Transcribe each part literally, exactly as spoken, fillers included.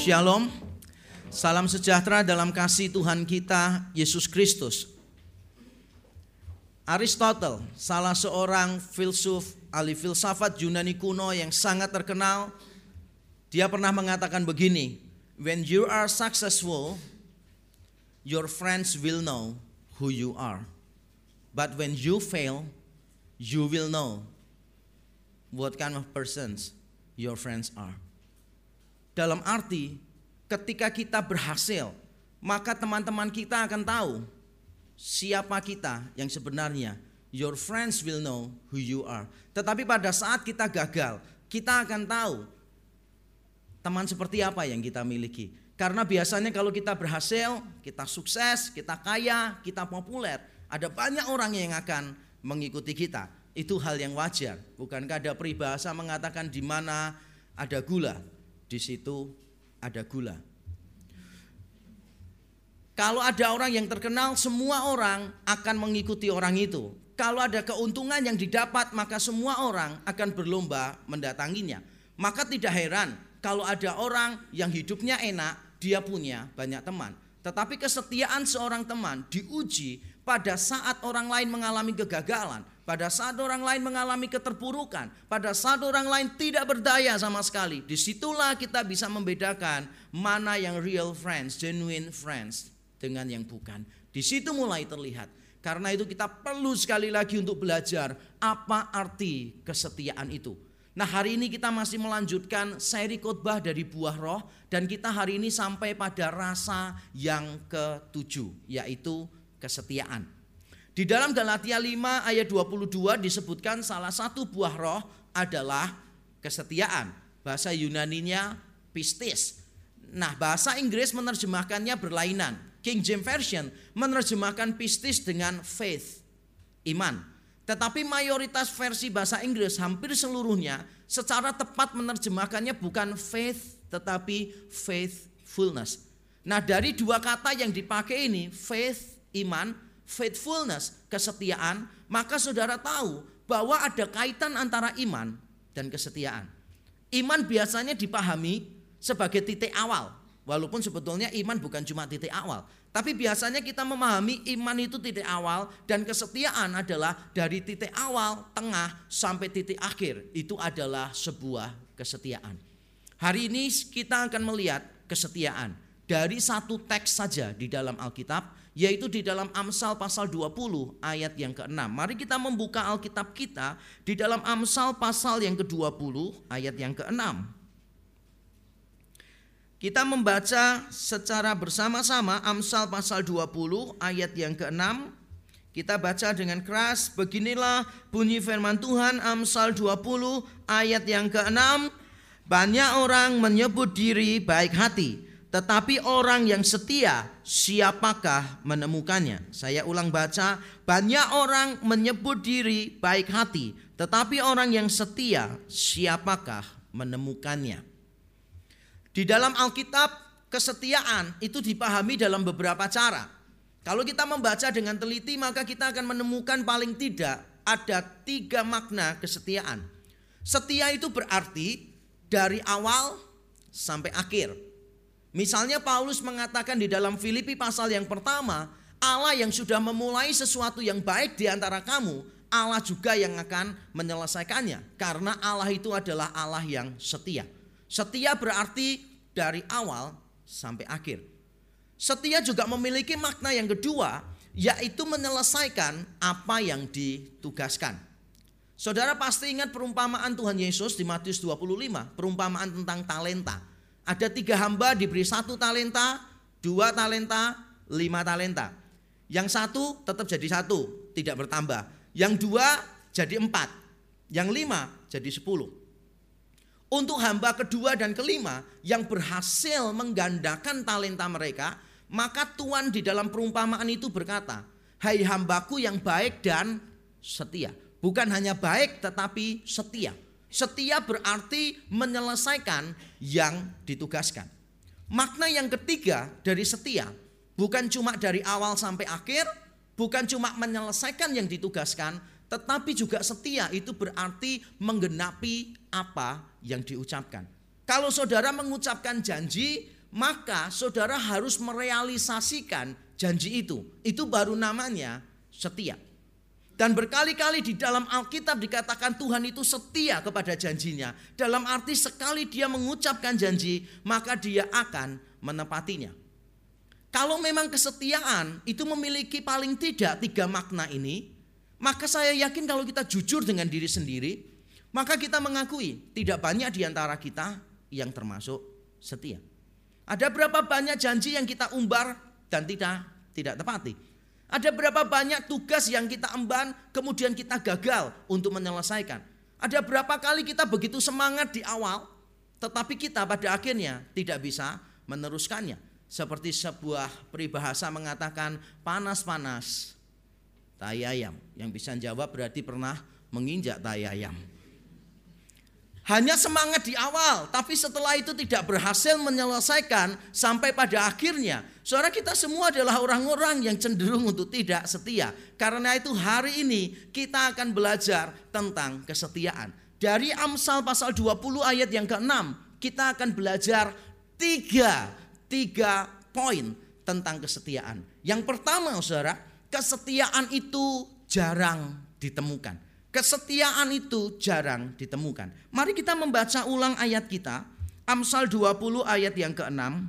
Shalom, salam sejahtera dalam kasih Tuhan kita Yesus Kristus. Aristotle, salah seorang filsuf, ahli filsafat Yunani kuno yang sangat terkenal, dia pernah mengatakan begini, when you are successful, your friends will know who you are. But when you fail, you will know what kind of persons your friends are. Dalam arti, ketika kita berhasil, maka teman-teman kita akan tahu siapa kita yang sebenarnya. Your friends will know who you are. Tetapi pada saat kita gagal, kita akan tahu teman seperti apa yang kita miliki. Karena biasanya kalau kita berhasil, kita sukses, kita kaya, kita populer, ada banyak orang yang akan mengikuti kita. Itu hal yang wajar. Bukankah ada peribahasa mengatakan di mana ada gula, di situ ada gula. Kalau ada orang yang terkenal, semua orang akan mengikuti orang itu. Kalau ada keuntungan yang didapat, maka semua orang akan berlomba mendatanginya. Maka tidak heran kalau ada orang yang hidupnya enak, dia punya banyak teman. Tetapi kesetiaan seorang teman diuji pada saat orang lain mengalami kegagalan, pada saat orang lain mengalami keterpurukan, pada saat orang lain tidak berdaya sama sekali. Disitulah kita bisa membedakan mana yang real friends, genuine friends dengan yang bukan. Di situ mulai terlihat. Karena itu kita perlu sekali lagi untuk belajar apa arti kesetiaan itu. Nah, hari ini kita masih melanjutkan seri khotbah dari buah roh, dan kita hari ini sampai pada rasa yang ketujuh, yaitu kesetiaan. Di dalam Galatia lima ayat dua puluh dua disebutkan salah satu buah roh adalah kesetiaan. Bahasa Yunaninya pistis. Nah, bahasa Inggris menerjemahkannya berlainan. King James Version menerjemahkan pistis dengan faith, iman. Tetapi mayoritas versi bahasa Inggris hampir seluruhnya secara tepat menerjemahkannya bukan faith tetapi faithfulness. Nah, dari dua kata yang dipakai ini, faith, iman, faithfulness, kesetiaan, maka saudara tahu bahwa ada kaitan antara iman dan kesetiaan. Iman biasanya dipahami sebagai titik awal, walaupun sebetulnya iman bukan cuma titik awal. Tapi biasanya kita memahami iman itu titik awal dan kesetiaan adalah dari titik awal, tengah, sampai titik akhir. Itu adalah sebuah kesetiaan. Hari ini kita akan melihat kesetiaan dari satu teks saja di dalam Alkitab, yaitu di dalam Amsal pasal dua puluh ayat yang keenam. Mari kita membuka Alkitab kita di dalam Amsal pasal yang kedua puluh ayat yang keenam. Kita membaca secara bersama-sama Amsal pasal dua puluh ayat yang keenam. Kita baca dengan keras. Beginilah bunyi firman Tuhan, Amsal dua puluh ayat yang keenam. Banyak orang menyebut diri baik hati, tetapi orang yang setia siapakah menemukannya? Saya ulang baca. Banyak orang menyebut diri baik hati, tetapi orang yang setia siapakah menemukannya? Di dalam Alkitab, kesetiaan itu dipahami dalam beberapa cara. Kalau kita membaca dengan teliti, maka kita akan menemukan paling tidak ada tiga makna kesetiaan. Setia itu berarti dari awal sampai akhir. Misalnya Paulus mengatakan di dalam Filipi pasal yang pertama, Allah yang sudah memulai sesuatu yang baik di antara kamu, Allah juga yang akan menyelesaikannya. Karena Allah itu adalah Allah yang setia. Setia berarti dari awal sampai akhir. Setia juga memiliki makna yang kedua, yaitu menyelesaikan apa yang ditugaskan. Saudara pasti ingat perumpamaan Tuhan Yesus di Matius dua puluh lima, perumpamaan tentang talenta. Ada tiga hamba diberi satu talenta, dua talenta, lima talenta. Yang satu tetap jadi satu, tidak bertambah. Yang dua jadi empat, yang lima jadi sepuluh. Untuk hamba kedua dan kelima yang berhasil menggandakan talenta mereka, maka Tuhan di dalam perumpamaan itu berkata, hai hambaku yang baik dan setia. Bukan hanya baik tetapi setia. Setia berarti menyelesaikan yang ditugaskan. Makna yang ketiga dari setia, bukan cuma dari awal sampai akhir, bukan cuma menyelesaikan yang ditugaskan, tetapi juga setia itu berarti menggenapi apa yang diucapkan. Kalau saudara mengucapkan janji, maka saudara harus merealisasikan janji itu. Itu baru namanya setia. Dan berkali-kali di dalam Alkitab dikatakan Tuhan itu setia kepada janjinya. Dalam arti sekali dia mengucapkan janji, maka dia akan menepatinya. Kalau memang kesetiaan itu memiliki paling tidak tiga makna ini, maka saya yakin kalau kita jujur dengan diri sendiri, maka kita mengakui tidak banyak di antara kita yang termasuk setia. Ada berapa banyak janji yang kita umbar dan tidak tidak tepati. Ada berapa banyak tugas yang kita emban kemudian kita gagal untuk menyelesaikan. Ada berapa kali kita begitu semangat di awal tetapi kita pada akhirnya tidak bisa meneruskannya. Seperti sebuah peribahasa mengatakan panas-panas tai ayam. Yang bisa jawab berarti pernah menginjak tai ayam. Hanya semangat di awal, tapi setelah itu tidak berhasil menyelesaikan sampai pada akhirnya. Saudara, kita semua adalah orang-orang yang cenderung untuk tidak setia. Karena itu hari ini kita akan belajar tentang kesetiaan. Dari Amsal pasal dua puluh ayat yang keenam, kita akan belajar tiga, tiga poin tentang kesetiaan. Yang pertama, saudara, kesetiaan itu jarang ditemukan. Kesetiaan itu jarang ditemukan. Mari kita membaca ulang ayat kita. Amsal dua puluh ayat yang keenam.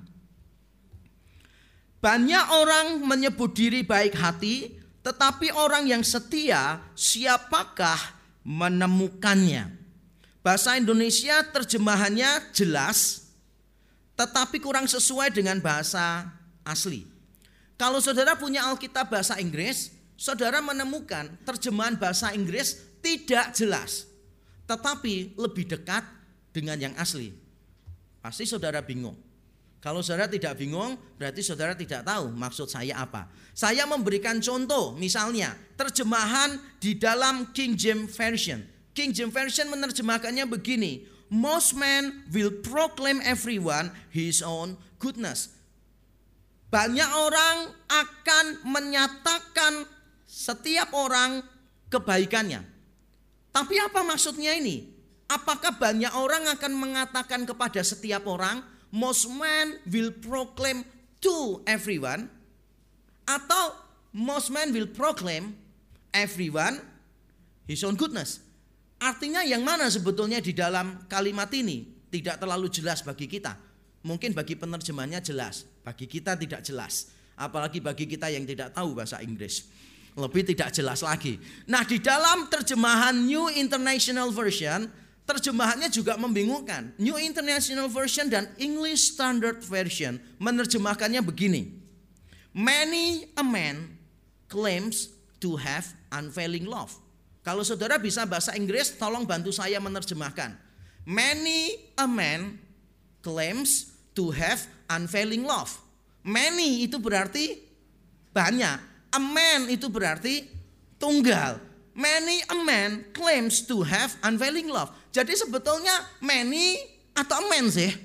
Banyak orang menyebut diri baik hati, tetapi orang yang setia siapakah menemukannya? Bahasa Indonesia terjemahannya jelas, tetapi kurang sesuai dengan bahasa asli. Kalau saudara punya Alkitab bahasa Inggris, saudara menemukan terjemahan bahasa Inggris tidak jelas, tetapi lebih dekat dengan yang asli. Pasti saudara bingung. Kalau saudara tidak bingung, berarti saudara tidak tahu maksud saya apa. Saya memberikan contoh, misalnya terjemahan di dalam King James Version. King James Version menerjemahkannya begini: Most men will proclaim everyone his own goodness. Banyak orang akan menyatakan setiap orang kebaikannya. Tapi apa maksudnya ini? Apakah banyak orang akan mengatakan kepada setiap orang, most men will proclaim to everyone, atau most men will proclaim everyone his own goodness? Artinya yang mana sebetulnya di dalam kalimat ini? Tidak terlalu jelas bagi kita. Mungkin bagi penerjemahnya jelas, bagi kita tidak jelas. Apalagi bagi kita yang tidak tahu bahasa Inggris, lebih tidak jelas lagi. Nah, di dalam terjemahan New International Version, terjemahannya juga membingungkan. New International Version dan English Standard Version menerjemahkannya begini: Many a man claims to have unfailing love. Kalau saudara bisa bahasa Inggris, tolong bantu saya menerjemahkan. Many a man claims to have unfailing love. Many itu berarti banyak. A man itu berarti tunggal. Many a man claims to have unfailing love. Jadi sebetulnya many atau a man sih?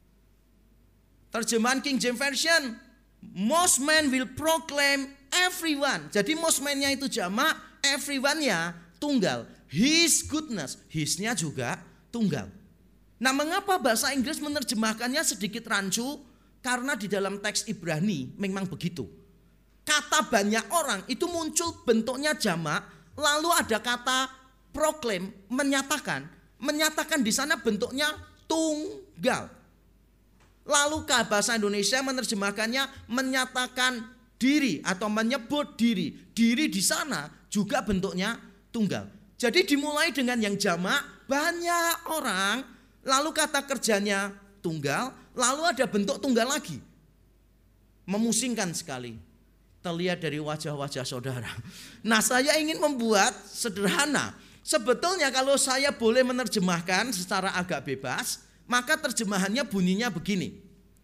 Terjemahan King James Version, most men will proclaim everyone. Jadi most men-nya itu jamak, everyone-nya tunggal. His goodness, his-nya juga tunggal. Nah, mengapa bahasa Inggris menerjemahkannya sedikit rancu? Karena di dalam teks Ibrani memang begitu. Kata banyak orang itu muncul bentuknya jamak, lalu ada kata proclaim, menyatakan. Menyatakan di sana bentuknya tunggal. Lalu bahasa Indonesia menerjemahkannya menyatakan diri atau menyebut diri. Diri di sana juga bentuknya tunggal. Jadi dimulai dengan yang jamak, banyak orang, lalu kata kerjanya tunggal, lalu ada bentuk tunggal lagi. Memusingkan sekali. Terlihat dari wajah-wajah saudara. Nah, saya ingin membuat sederhana. Sebetulnya kalau saya boleh menerjemahkan secara agak bebas, maka terjemahannya bunyinya begini: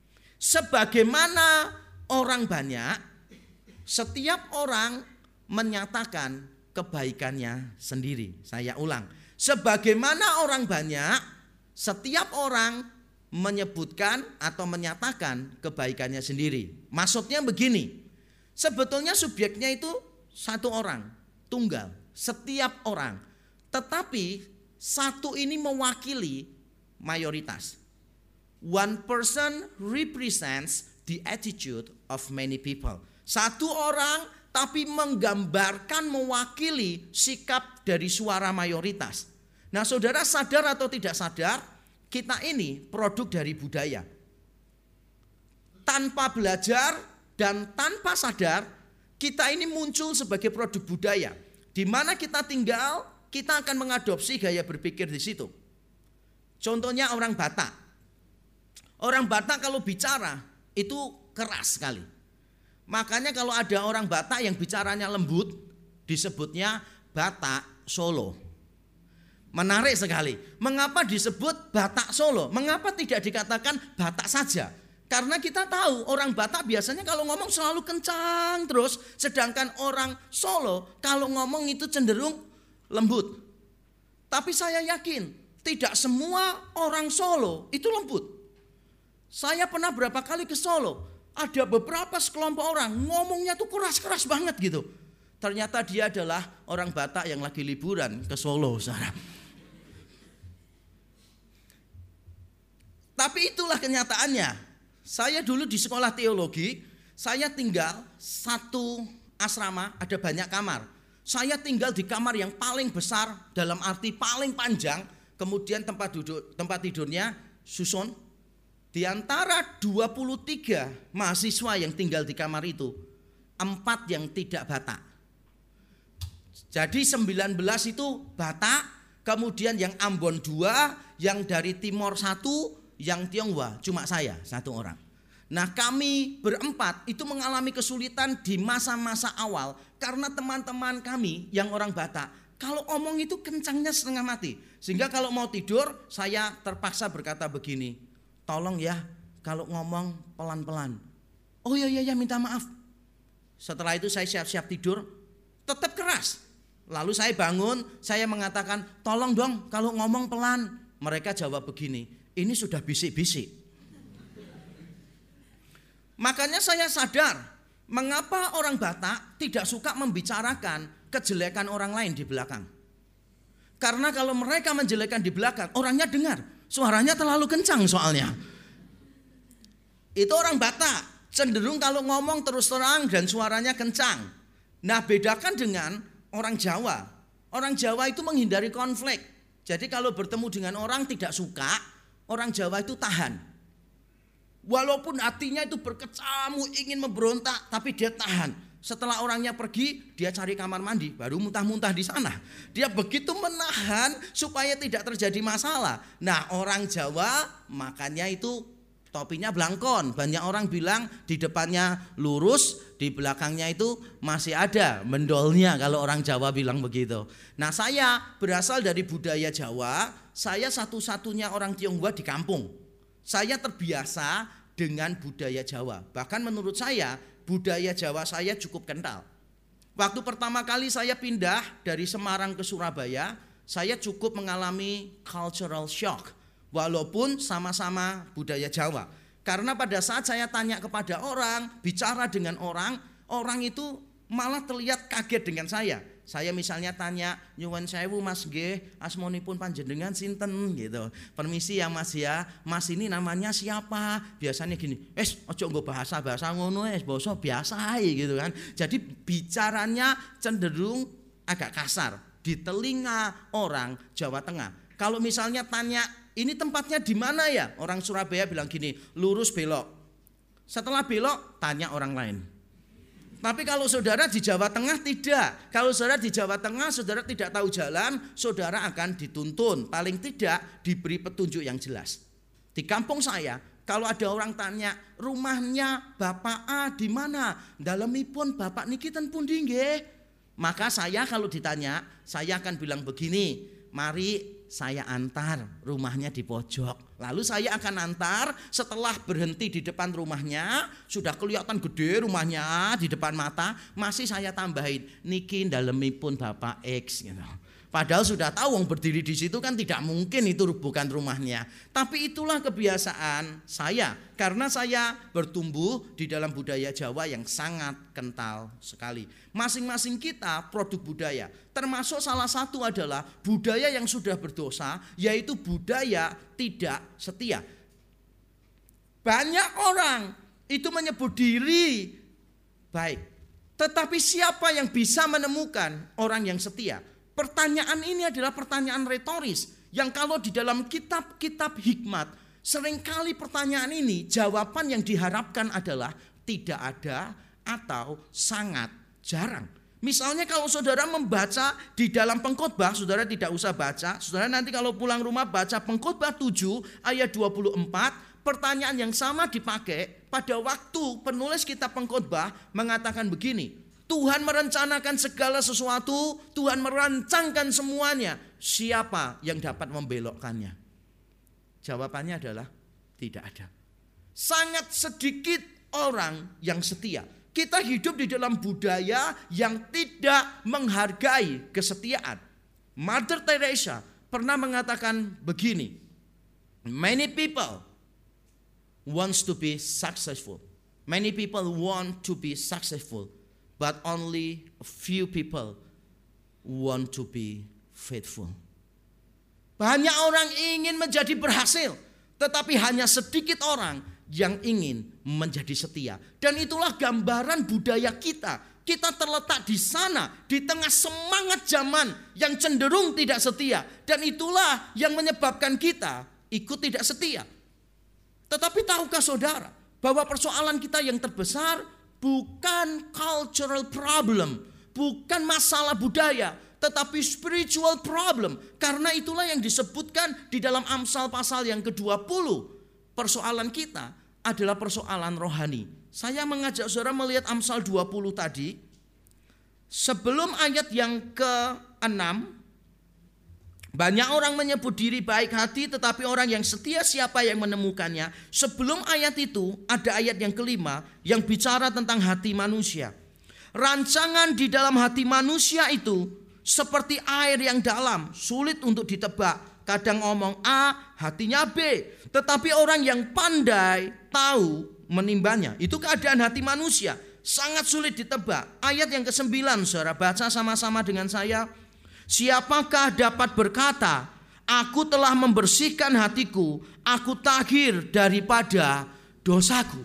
sebagaimana orang banyak, setiap orang menyatakan kebaikannya sendiri. Saya ulang. Sebagaimana orang banyak, setiap orang menyebutkan atau menyatakan kebaikannya sendiri. Maksudnya begini. Sebetulnya subjeknya itu satu orang, tunggal, setiap orang. Tetapi satu ini mewakili mayoritas. One person represents the attitude of many people. Satu orang tapi menggambarkan, mewakili sikap dari suara mayoritas. Nah, saudara sadar atau tidak sadar, kita ini produk dari budaya. Tanpa belajar dan tanpa sadar, kita ini muncul sebagai produk budaya. Di mana kita tinggal, kita akan mengadopsi gaya berpikir di situ. Contohnya orang Batak. Orang Batak kalau bicara itu keras sekali. Makanya kalau ada orang Batak yang bicaranya lembut, disebutnya Batak Solo. Menarik sekali. Mengapa disebut Batak Solo? Mengapa tidak dikatakan Batak saja? Karena kita tahu orang Batak biasanya kalau ngomong selalu kencang terus. Sedangkan orang Solo kalau ngomong itu cenderung lembut. Tapi saya yakin tidak semua orang Solo itu lembut. Saya pernah berapa kali ke Solo. Ada beberapa sekelompok orang ngomongnya tuh keras-keras banget gitu. Ternyata dia adalah orang Batak yang lagi liburan ke Solo, saudara. Tapi itulah kenyataannya. Saya dulu di sekolah teologi, saya tinggal satu asrama, ada banyak kamar. Saya tinggal di kamar yang paling besar, dalam arti paling panjang. Kemudian tempat duduk, tempat tidurnya susun. Di antara dua puluh tiga mahasiswa yang tinggal di kamar itu, empat yang tidak Batak. Jadi sembilan belas itu Batak, kemudian yang Ambon dua, yang dari Timor satu, yang Tionghoa cuma saya satu orang. Nah, kami berempat itu mengalami kesulitan di masa-masa awal karena teman-teman kami yang orang Batak kalau omong itu kencangnya setengah mati. Sehingga kalau mau tidur saya terpaksa berkata begini, tolong ya kalau ngomong pelan-pelan. Oh iya iya ya minta maaf. Setelah itu saya siap-siap tidur, tetap keras. Lalu saya bangun, saya mengatakan tolong dong kalau ngomong pelan. Mereka jawab begini, ini sudah bisik-bisik. Makanya saya sadar mengapa orang Batak tidak suka membicarakan kejelekan orang lain di belakang. Karena kalau mereka menjelekan di belakang, orangnya dengar. Suaranya terlalu kencang soalnya. Itu orang Batak, cenderung kalau ngomong terus terang dan suaranya kencang. Nah, bedakan dengan orang Jawa. Orang Jawa itu menghindari konflik. Jadi kalau bertemu dengan orang tidak suka, orang Jawa itu tahan. Walaupun hatinya itu berkecamuk ingin memberontak, tapi dia tahan. Setelah orangnya pergi, dia cari kamar mandi, baru muntah-muntah di sana. Dia begitu menahan supaya tidak terjadi masalah. Nah, orang Jawa makanya itu topinya belangkon. Banyak orang bilang di depannya lurus, di belakangnya itu masih ada mendolnya kalau orang Jawa bilang begitu. Nah, saya berasal dari budaya Jawa, saya satu-satunya orang Tionghoa di kampung. Saya terbiasa dengan budaya Jawa. Bahkan menurut saya budaya Jawa saya cukup kental. Waktu pertama kali saya pindah dari Semarang ke Surabaya, saya cukup mengalami cultural shock. Walaupun sama-sama budaya Jawa. Karena pada saat saya tanya kepada orang, bicara dengan orang, orang itu malah terlihat kaget dengan saya. Saya misalnya tanya, nyuwun sewu Mas nggih, asmonipun panjenengan sinten gitu. Permisi ya Mas ya, Mas ini namanya siapa? Biasanya gini, "Es, ojo nggo bahasa-bahasa ngono es, basa biasa ae," gitu kan. Jadi bicaranya cenderung agak kasar di telinga orang Jawa Tengah. Kalau misalnya tanya, "Ini tempatnya di mana ya?" Orang Surabaya bilang gini, "Lurus belok." Setelah belok, tanya orang lain. Tapi kalau saudara di Jawa Tengah tidak. Kalau saudara di Jawa Tengah, saudara tidak tahu jalan, saudara akan dituntun. Paling tidak diberi petunjuk yang jelas. Di kampung saya, kalau ada orang tanya, "Rumahnya Bapak A di mana?" "Dalemipun Bapak niki ten pundi nggih?" Maka saya kalau ditanya, saya akan bilang begini, "Mari saya antar, rumahnya di pojok." Lalu saya akan antar, setelah berhenti di depan rumahnya, sudah kelihatan gede rumahnya di depan mata, masih saya tambahin, "Niki dalemipun Bapak X," gitu. Padahal sudah tahu wong berdiri di situ kan tidak mungkin itu bukan rumahnya. Tapi itulah kebiasaan saya, karena saya bertumbuh di dalam budaya Jawa yang sangat kental sekali. Masing-masing kita produk budaya, termasuk salah satu adalah budaya yang sudah berdosa, yaitu budaya tidak setia. Banyak orang itu menyebut diri baik. Tetapi siapa yang bisa menemukan orang yang setia? Pertanyaan ini adalah pertanyaan retoris. Yang kalau di dalam kitab-kitab hikmat, seringkali pertanyaan ini jawaban yang diharapkan adalah tidak ada atau sangat jarang. Misalnya kalau saudara membaca di dalam Pengkhotbah, saudara tidak usah baca. Saudara nanti kalau pulang rumah baca Pengkhotbah tujuh ayat dua puluh empat. Pertanyaan yang sama dipakai pada waktu penulis kitab Pengkhotbah mengatakan begini. Tuhan merencanakan segala sesuatu, Tuhan merancangkan semuanya. Siapa yang dapat membelokkannya? Jawabannya adalah tidak ada. Sangat sedikit orang yang setia. Kita hidup di dalam budaya yang tidak menghargai kesetiaan. Mother Teresa pernah mengatakan begini. Many people wants to be successful. Many people want to be successful, but only a few people want to be faithful. Banyak orang ingin menjadi berhasil, tetapi hanya sedikit orang yang ingin menjadi setia. Dan itulah gambaran budaya kita. Kita terletak di sana, di tengah semangat zaman yang cenderung tidak setia. Dan itulah yang menyebabkan kita ikut tidak setia. Tetapi tahukah saudara bahwa persoalan kita yang terbesar bukan cultural problem, bukan masalah budaya, tetapi spiritual problem. Karena itulah yang disebutkan di dalam Amsal pasal yang kedua puluh. Persoalan kita adalah persoalan rohani. Saya mengajak saudara melihat Amsal dua puluh tadi. Sebelum ayat yang keenam, banyak orang menyebut diri baik hati, tetapi orang yang setia siapa yang menemukannya. Sebelum ayat itu ada ayat yang kelima yang bicara tentang hati manusia. Rancangan di dalam hati manusia itu seperti air yang dalam, sulit untuk ditebak. Kadang ngomong A, hatinya B. Tetapi orang yang pandai tahu menimbanya. Itu keadaan hati manusia, sangat sulit ditebak. Ayat yang kesembilan, saudara baca sama-sama dengan saya. Siapakah dapat berkata, aku telah membersihkan hatiku, aku tahir daripada dosaku.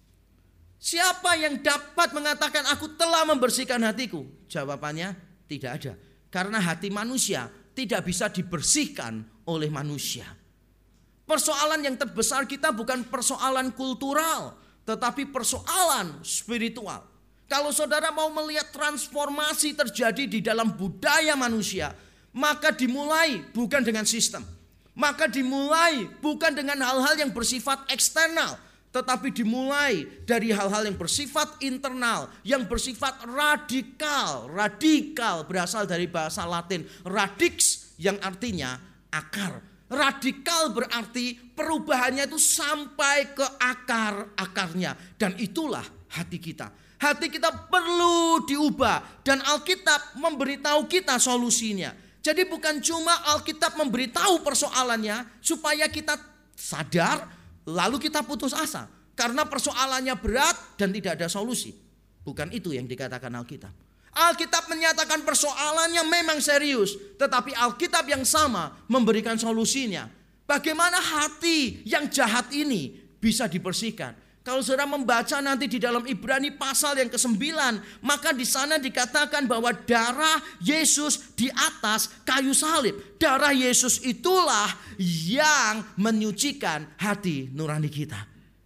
Siapa yang dapat mengatakan aku telah membersihkan hatiku? Jawabannya tidak ada. Karena hati manusia tidak bisa dibersihkan oleh manusia. Persoalan yang terbesar kita bukan persoalan kultural, tetapi persoalan spiritual. Kalau saudara mau melihat transformasi terjadi di dalam budaya manusia, maka dimulai bukan dengan sistem. Maka dimulai bukan dengan hal-hal yang bersifat eksternal, tetapi dimulai dari hal-hal yang bersifat internal, yang bersifat radikal. Radikal berasal dari bahasa Latin radix yang artinya akar. Radikal berarti perubahannya itu sampai ke akar-akarnya. Dan itulah hati kita. Hati kita perlu diubah dan Alkitab memberitahu kita solusinya. Jadi bukan cuma Alkitab memberitahu persoalannya supaya kita sadar lalu kita putus asa karena persoalannya berat dan tidak ada solusi. Bukan itu yang dikatakan Alkitab. Alkitab menyatakan persoalannya memang serius, tetapi Alkitab yang sama memberikan solusinya. Bagaimana hati yang jahat ini bisa dibersihkan? Kalau saudara membaca nanti di dalam Ibrani pasal yang kesembilan, maka di sana dikatakan bahwa darah Yesus di atas kayu salib. Darah Yesus itulah yang menyucikan hati nurani kita.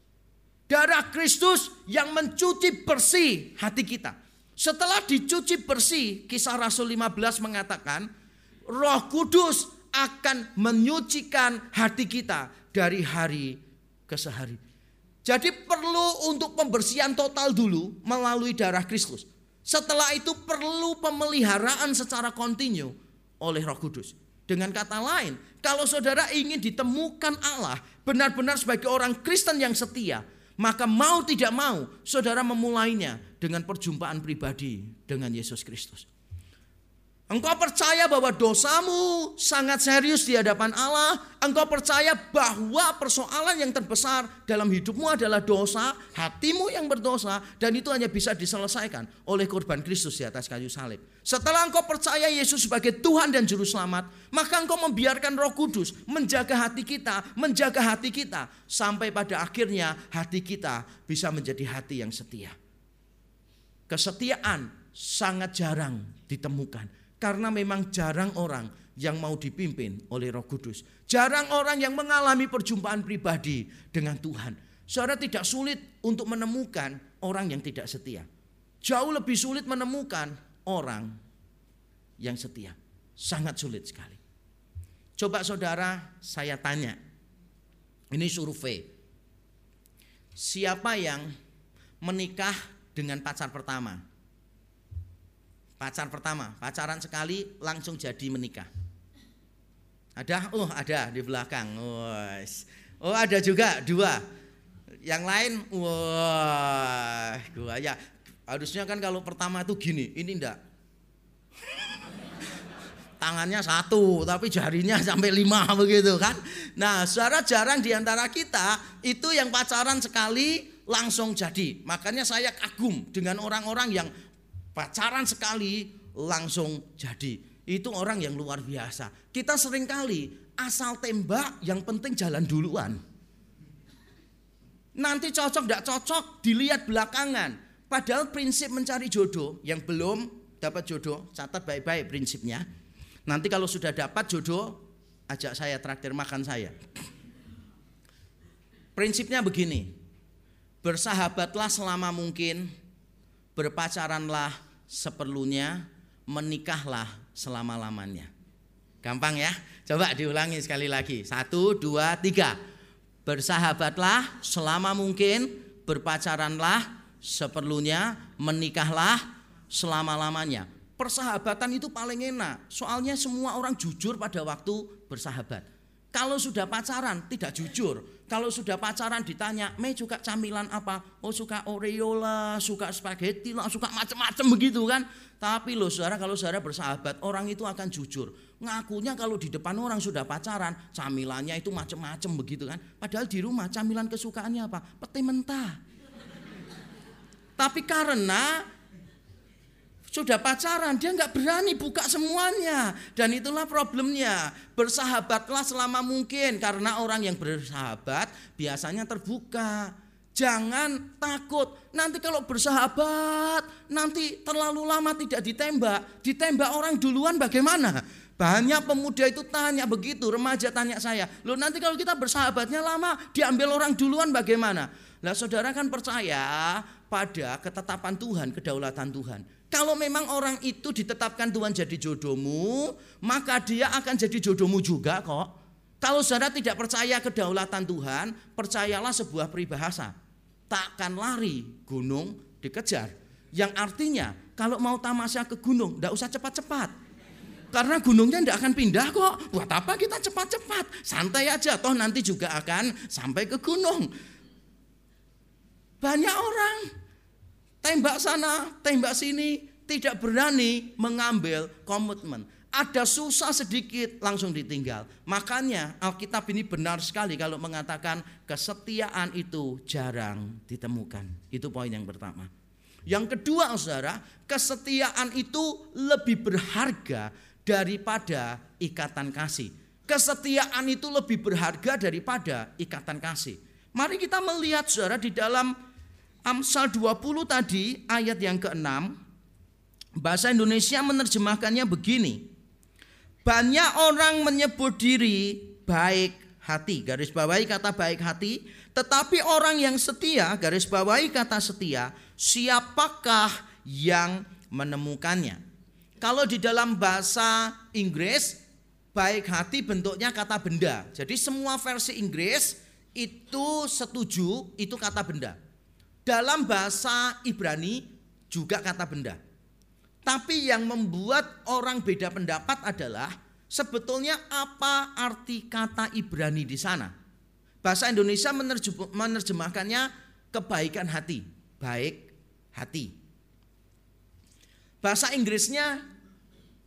Darah Kristus yang mencuci bersih hati kita. Setelah dicuci bersih, Kisah Rasul lima belas mengatakan, Roh Kudus akan menyucikan hati kita dari hari ke hari. Jadi perlu untuk pembersihan total dulu melalui darah Kristus. Setelah itu perlu pemeliharaan secara kontinu oleh Roh Kudus. Dengan kata lain, kalau saudara ingin ditemukan Allah benar-benar sebagai orang Kristen yang setia, maka mau tidak mau saudara memulainya dengan perjumpaan pribadi dengan Yesus Kristus. Engkau percaya bahwa dosamu sangat serius di hadapan Allah. Engkau percaya bahwa persoalan yang terbesar dalam hidupmu adalah dosa, hatimu yang berdosa, dan itu hanya bisa diselesaikan oleh korban Kristus di atas kayu salib. Setelah engkau percaya Yesus sebagai Tuhan dan Juru Selamat, maka engkau membiarkan Roh Kudus menjaga hati kita, menjaga hati kita, sampai pada akhirnya hati kita bisa menjadi hati yang setia. Kesetiaan sangat jarang ditemukan. Karena memang jarang orang yang mau dipimpin oleh Roh Kudus. Jarang orang yang mengalami perjumpaan pribadi dengan Tuhan. Saudara, tidak sulit untuk menemukan orang yang tidak setia. Jauh lebih sulit menemukan orang yang setia. Sangat sulit sekali. Coba saudara saya tanya. Ini survei. Siapa yang menikah dengan pacar pertama? Pacar pertama, pacaran sekali langsung jadi menikah. Ada? Oh ada di belakang. Oh ada juga dua. Yang lain, wah, gua ya. Harusnya kan kalau pertama itu gini, ini enggak. Tangannya satu, tapi jarinya sampai lima begitu kan. Nah, saudara, jarang diantara kita itu yang pacaran sekali langsung jadi. Makanya saya kagum dengan orang-orang yang pacaran sekali langsung jadi. Itu orang yang luar biasa. Kita seringkali asal tembak, yang penting jalan duluan. Nanti cocok gak cocok dilihat belakangan. Padahal prinsip mencari jodoh, yang belum dapat jodoh, catat baik-baik prinsipnya. Nanti kalau sudah dapat jodoh, ajak saya traktir makan saya. Prinsipnya begini, bersahabatlah selama mungkin, berpacaranlah seperlunya, menikahlah selama-lamanya. Gampang ya? Coba diulangi sekali lagi. Satu, dua, tiga. Bersahabatlah selama mungkin, berpacaranlah seperlunya, menikahlah selama-lamanya. Persahabatan itu paling enak. Soalnya semua orang jujur pada waktu bersahabat. Kalau sudah pacaran tidak jujur. Kalau sudah pacaran ditanya, "Me suka camilan apa?" "Oh suka Oreo lah, suka spaghetti lah, suka macam-macam begitu kan." Tapi loh saudara, kalau saudara bersahabat, orang itu akan jujur. Ngakunya kalau di depan orang sudah pacaran, camilannya itu macam-macam begitu kan. Padahal di rumah camilan kesukaannya apa? Pete mentah. Tapi karena sudah pacaran, dia nggak berani buka semuanya. Dan itulah problemnya. Bersahabatlah selama mungkin. Karena orang yang bersahabat biasanya terbuka. Jangan takut. Nanti kalau bersahabat, nanti terlalu lama tidak ditembak. Ditembak orang duluan bagaimana? Banyak pemuda itu tanya begitu, remaja tanya saya. Loh nanti kalau kita bersahabatnya lama, diambil orang duluan bagaimana? Lah saudara kan percaya pada ketetapan Tuhan, kedaulatan Tuhan. Kalau memang orang itu ditetapkan Tuhan jadi jodohmu, maka dia akan jadi jodohmu juga kok. Kalau saudara tidak percaya kedaulatan Tuhan, percayalah sebuah peribahasa. Takkan lari gunung dikejar. Yang artinya kalau mau tamasya ke gunung, tidak usah cepat-cepat. Karena gunungnya tidak akan pindah kok. Buat apa kita cepat-cepat? Santai aja, toh nanti juga akan sampai ke gunung. Banyak orang tembak sana, tembak sini, tidak berani mengambil komitmen. Ada susah sedikit langsung ditinggal. Makanya Alkitab ini benar sekali kalau mengatakan kesetiaan itu jarang ditemukan. Itu poin yang pertama. Yang kedua saudara, kesetiaan itu lebih berharga daripada ikatan kasih. Kesetiaan itu lebih berharga daripada ikatan kasih. Mari kita melihat saudara di dalam Amsal dua puluh tadi ayat yang keenam, bahasa Indonesia menerjemahkannya begini. Banyak orang menyebut diri baik hati, garis bawahi kata baik hati, tetapi orang yang setia, garis bawahi kata setia, siapakah yang menemukannya? Kalau di dalam bahasa Inggris, baik hati bentuknya kata benda. Jadi semua versi Inggris itu setuju itu kata benda. Dalam bahasa Ibrani juga kata benda. Tapi yang membuat orang beda pendapat adalah sebetulnya apa arti kata Ibrani di sana. Bahasa Indonesia menerjemahkannya kebaikan hati, baik hati. Bahasa Inggrisnya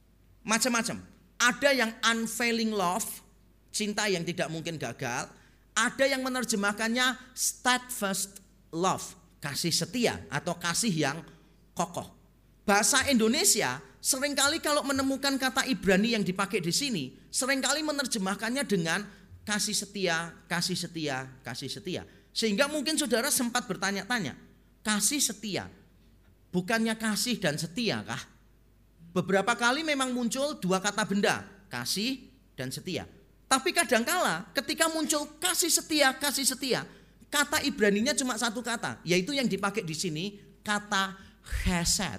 macam-macam. Ada yang unfailing love, cinta yang tidak mungkin gagal. Ada yang menerjemahkannya steadfast love, kasih setia atau kasih yang kokoh. Bahasa Indonesia seringkali kalau menemukan kata Ibrani yang dipakai di sini, seringkali menerjemahkannya dengan kasih setia, kasih setia, kasih setia. Sehingga mungkin saudara sempat bertanya-tanya, kasih setia, bukannya kasih dan setia kah? Beberapa kali memang muncul dua kata benda, kasih dan setia. Tapi kadangkala ketika muncul kasih setia, kasih setia, kata Ibraninya cuma satu kata, yaitu yang dipakai di sini kata chesed.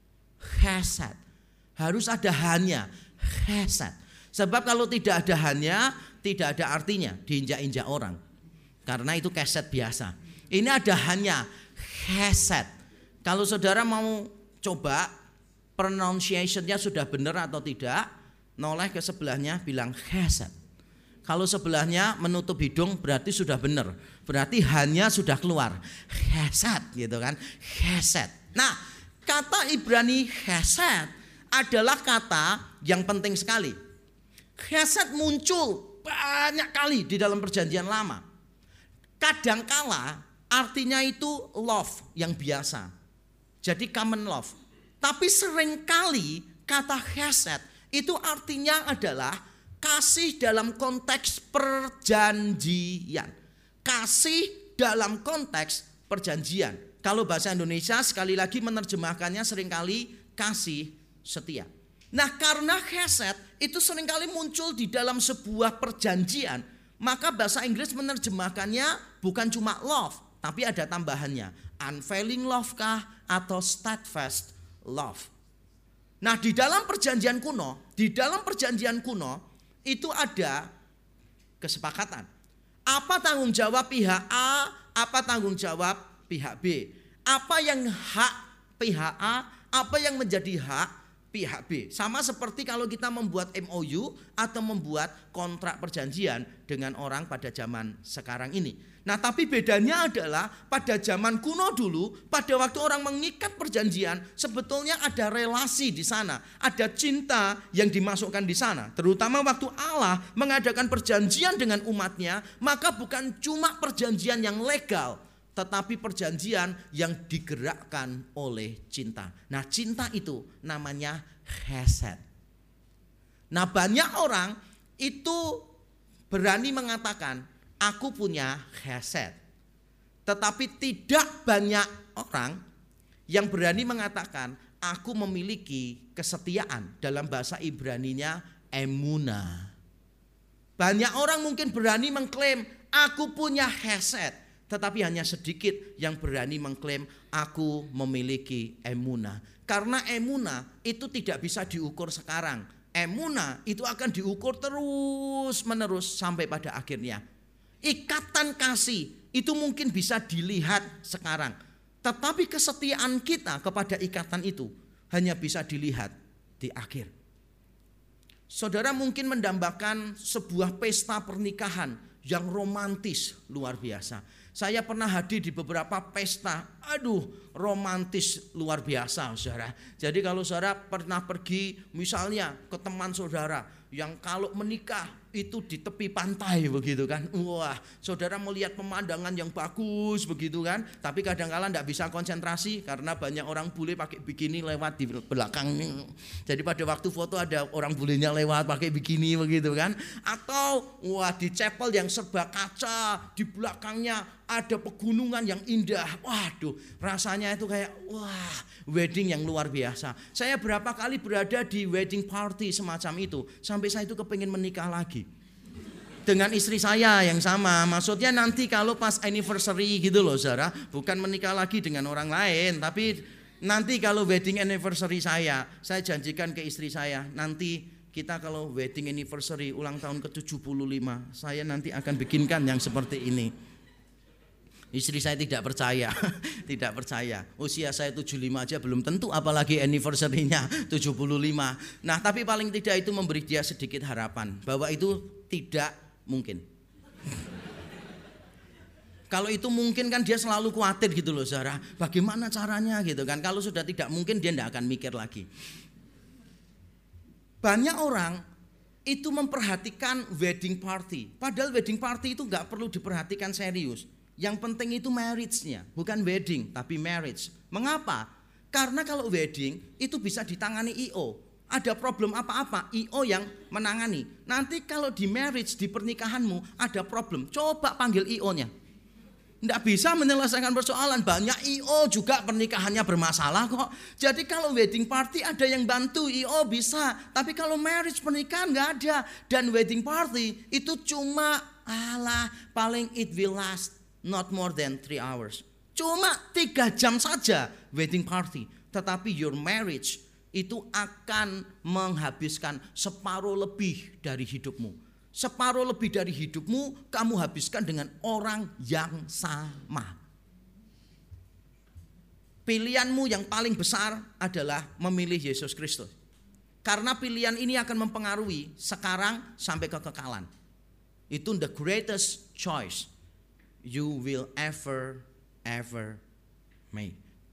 Chesed. Harus ada hanya, chesed. Sebab kalau tidak ada hanya, tidak ada artinya diinjak-injak orang. Karena itu chesed biasa. Ini ada hanya, chesed. Kalau saudara mau coba pronunciation-nya sudah benar atau tidak, noleh ke sebelahnya bilang chesed. Kalau sebelahnya menutup hidung berarti sudah benar. Berarti hanya sudah keluar. Chesed gitu kan. Chesed. Nah, kata Ibrani chesed adalah kata yang penting sekali. Chesed muncul banyak kali di dalam perjanjian lama. Kadangkala artinya itu love yang biasa. Jadi common love. Tapi seringkali kata chesed itu artinya adalah kasih dalam konteks perjanjian. Kasih dalam konteks perjanjian. Kalau bahasa Indonesia sekali lagi menerjemahkannya seringkali kasih setia. Nah, karena chesed itu seringkali muncul di dalam sebuah perjanjian, maka bahasa Inggris menerjemahkannya bukan cuma love, tapi ada tambahannya. Unfailing love kah atau steadfast love. Nah, di dalam perjanjian kuno, di dalam perjanjian kuno itu ada kesepakatan. Apa tanggung jawab pihak A, apa tanggung jawab pihak B. Apa yang hak pihak A, apa yang menjadi hak pihak B. Sama seperti kalau kita membuat M O U atau membuat kontrak perjanjian dengan orang pada zaman sekarang ini. Nah, tapi bedanya adalah pada zaman kuno dulu, pada waktu orang mengikat perjanjian, sebetulnya ada relasi di sana, ada cinta yang dimasukkan di sana. Terutama waktu Allah mengadakan perjanjian dengan umatnya, maka bukan cuma perjanjian yang legal, tetapi perjanjian yang digerakkan oleh cinta. Nah, cinta itu namanya chesed. Nah, banyak orang itu berani mengatakan, aku punya chesed. Tetapi tidak banyak orang yang berani mengatakan, aku memiliki kesetiaan. Dalam bahasa Ibraninya emuna. Banyak orang mungkin berani mengklaim, aku punya chesed. Tetapi hanya sedikit yang berani mengklaim, aku memiliki emuna. Karena emuna itu tidak bisa diukur sekarang. Emuna itu akan diukur terus menerus sampai pada akhirnya. Ikatan kasih itu mungkin bisa dilihat sekarang. Tetapi kesetiaan kita kepada ikatan itu hanya bisa dilihat di akhir. Saudara mungkin mendambakan sebuah pesta pernikahan yang romantis luar biasa. Saya pernah hadir di beberapa pesta, aduh romantis luar biasa saudara. Jadi kalau saudara pernah pergi misalnya ke teman saudara yang kalau menikah itu di tepi pantai begitu kan. Wah, saudara melihat pemandangan yang bagus begitu kan. Tapi kadang-kala tidak bisa konsentrasi karena banyak orang bule pakai bikini lewat di belakang. Jadi pada waktu foto ada orang bulenya lewat pakai bikini begitu kan. Atau wah di chapel yang serba kaca, di belakangnya ada pegunungan yang indah. Waduh, rasanya itu kayak wah, wedding yang luar biasa. Saya berapa kali berada di wedding party semacam itu, sampai saya itu kepingin menikah lagi dengan istri saya yang sama. Maksudnya nanti kalau pas anniversary gitu loh saudara, bukan menikah lagi dengan orang lain, tapi nanti kalau wedding anniversary saya, saya janjikan ke istri saya, nanti kita kalau wedding anniversary ulang tahun ke tujuh puluh lima, saya nanti akan bikinkan yang seperti ini. Istri saya tidak percaya, tidak percaya. Usia saya tujuh puluh lima aja belum tentu, apalagi anniversary-nya tujuh puluh lima. Nah, tapi paling tidak itu memberi dia sedikit harapan bahwa itu tidak mungkin. Kalau itu mungkin kan dia selalu khawatir gitu loh saudara. Bagaimana caranya gitu kan. Kalau sudah tidak mungkin dia tidak akan mikir lagi. Banyak orang itu memperhatikan wedding party. Padahal wedding party itu gak perlu diperhatikan serius. Yang penting itu marriage-nya, bukan wedding tapi marriage. Mengapa? Karena kalau wedding itu bisa ditangani I O. Ada problem apa-apa, I O yang menangani. Nanti kalau di marriage, di pernikahanmu ada problem, coba panggil I O-nya. Tidak bisa menyelesaikan persoalan. Banyak I O juga pernikahannya bermasalah kok. Jadi kalau wedding party ada yang bantu I O bisa. Tapi kalau marriage, pernikahan nggak ada. Dan wedding party itu cuma alah paling it will last not more than three hours. Cuma tiga jam saja wedding party. Tetapi your marriage itu akan menghabiskan separuh lebih dari hidupmu. Separuh lebih dari hidupmu kamu habiskan dengan orang yang sama. Pilihanmu yang paling besar adalah memilih Yesus Kristus. Karena pilihan ini akan mempengaruhi sekarang sampai kekekalan. Itu the greatest choice you will ever, ever make.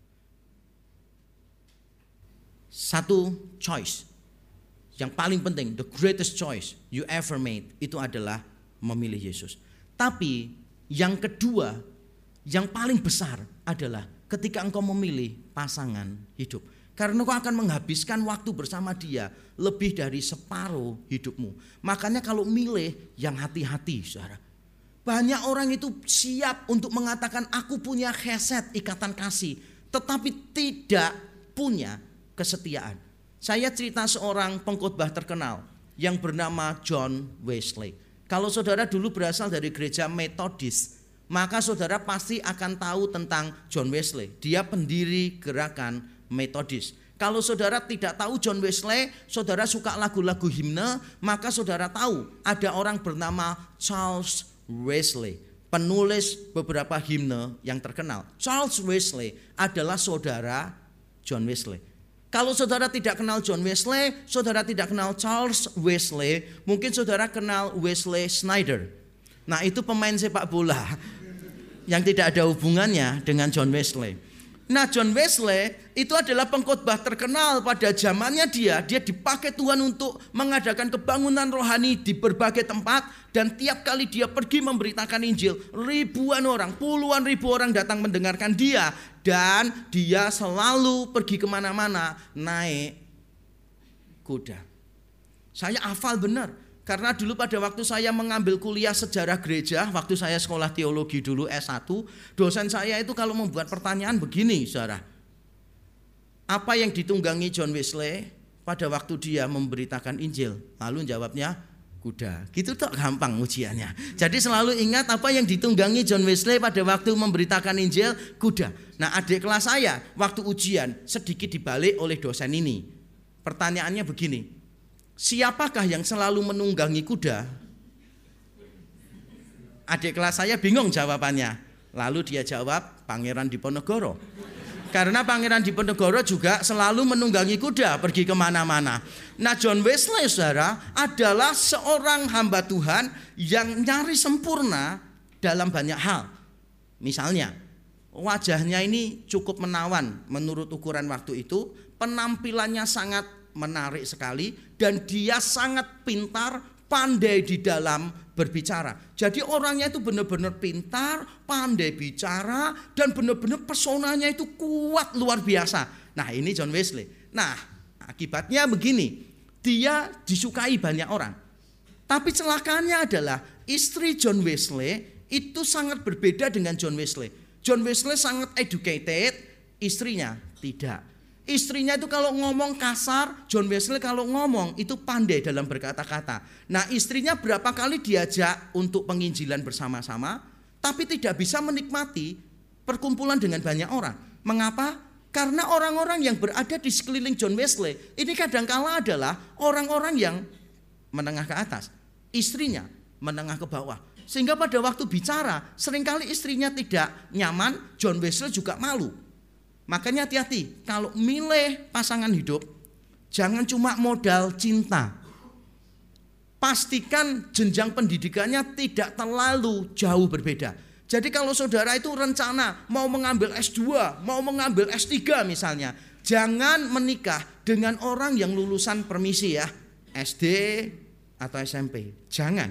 Satu choice yang paling penting, the greatest choice you ever made, itu adalah memilih Yesus. Tapi yang kedua, yang paling besar adalah ketika engkau memilih pasangan hidup. Karena engkau akan menghabiskan waktu bersama dia lebih dari separuh hidupmu. Makanya kalau milih yang hati-hati, saudara. Banyak orang itu siap untuk mengatakan aku punya khesed ikatan kasih, tetapi tidak punya kesetiaan. Saya cerita seorang pengkhotbah terkenal yang bernama John Wesley. Kalau saudara dulu berasal dari gereja Metodis, maka saudara pasti akan tahu tentang John Wesley. Dia pendiri gerakan Metodis. Kalau saudara tidak tahu John Wesley, saudara suka lagu-lagu himne, maka saudara tahu ada orang bernama Charles Wesley, penulis beberapa himne yang terkenal. Charles Wesley adalah saudara John Wesley. Kalau saudara tidak kenal John Wesley, saudara tidak kenal Charles Wesley, mungkin saudara kenal Wesley Snyder. Nah, itu pemain sepak bola yang tidak ada hubungannya dengan John Wesley. Nah, John Wesley itu adalah pengkhotbah terkenal pada zamannya dia. Dia dipakai Tuhan untuk mengadakan kebangunan rohani di berbagai tempat. Dan tiap kali dia pergi memberitakan Injil, ribuan orang, puluhan ribu orang datang mendengarkan dia. Dan dia selalu pergi kemana-mana naik kuda. Saya hafal benar. Karena dulu pada waktu saya mengambil kuliah sejarah gereja, waktu saya sekolah teologi dulu S satu, dosen saya itu kalau membuat pertanyaan begini, saudara. Apa yang ditunggangi John Wesley pada waktu dia memberitakan Injil? Lalu jawabnya kuda. Gitu tuh gampang ujiannya. Jadi selalu ingat apa yang ditunggangi John Wesley pada waktu memberitakan Injil? Kuda. Nah, adik kelas saya waktu ujian sedikit dibalik oleh dosen ini. Pertanyaannya begini. Siapakah yang selalu menunggangi kuda? Adik kelas saya bingung jawabannya. Lalu dia jawab Pangeran Diponegoro. Karena Pangeran Diponegoro juga selalu menunggangi kuda pergi kemana-mana. Nah, John Wesley, saudara, adalah seorang hamba Tuhan yang nyaris sempurna dalam banyak hal. Misalnya, wajahnya ini cukup menawan menurut ukuran waktu itu. Penampilannya sangat menarik sekali dan dia sangat pintar, pandai di dalam berbicara. Jadi orangnya itu benar-benar pintar, pandai bicara dan benar-benar pesonanya itu kuat luar biasa. Nah, ini John Wesley. Nah, akibatnya begini, dia disukai banyak orang. Tapi celakanya adalah istri John Wesley itu sangat berbeda dengan John Wesley. John Wesley sangat educated, istrinya tidak. Istrinya itu kalau ngomong kasar, John Wesley kalau ngomong itu pandai dalam berkata-kata. Nah, istrinya berapa kali diajak untuk penginjilan bersama-sama, tapi tidak bisa menikmati perkumpulan dengan banyak orang. Mengapa? Karena orang-orang yang berada di sekeliling John Wesley ini kadangkala adalah orang-orang yang menengah ke atas. Istrinya menengah ke bawah. Sehingga pada waktu bicara, seringkali istrinya tidak nyaman, John Wesley juga malu. Makanya hati-hati, kalau milih pasangan hidup, jangan cuma modal cinta. Pastikan jenjang pendidikannya tidak terlalu jauh berbeda. Jadi kalau saudara itu rencana mau mengambil S dua, mau mengambil S tiga misalnya, jangan menikah dengan orang yang lulusan permisi ya. S D atau S M P. Jangan.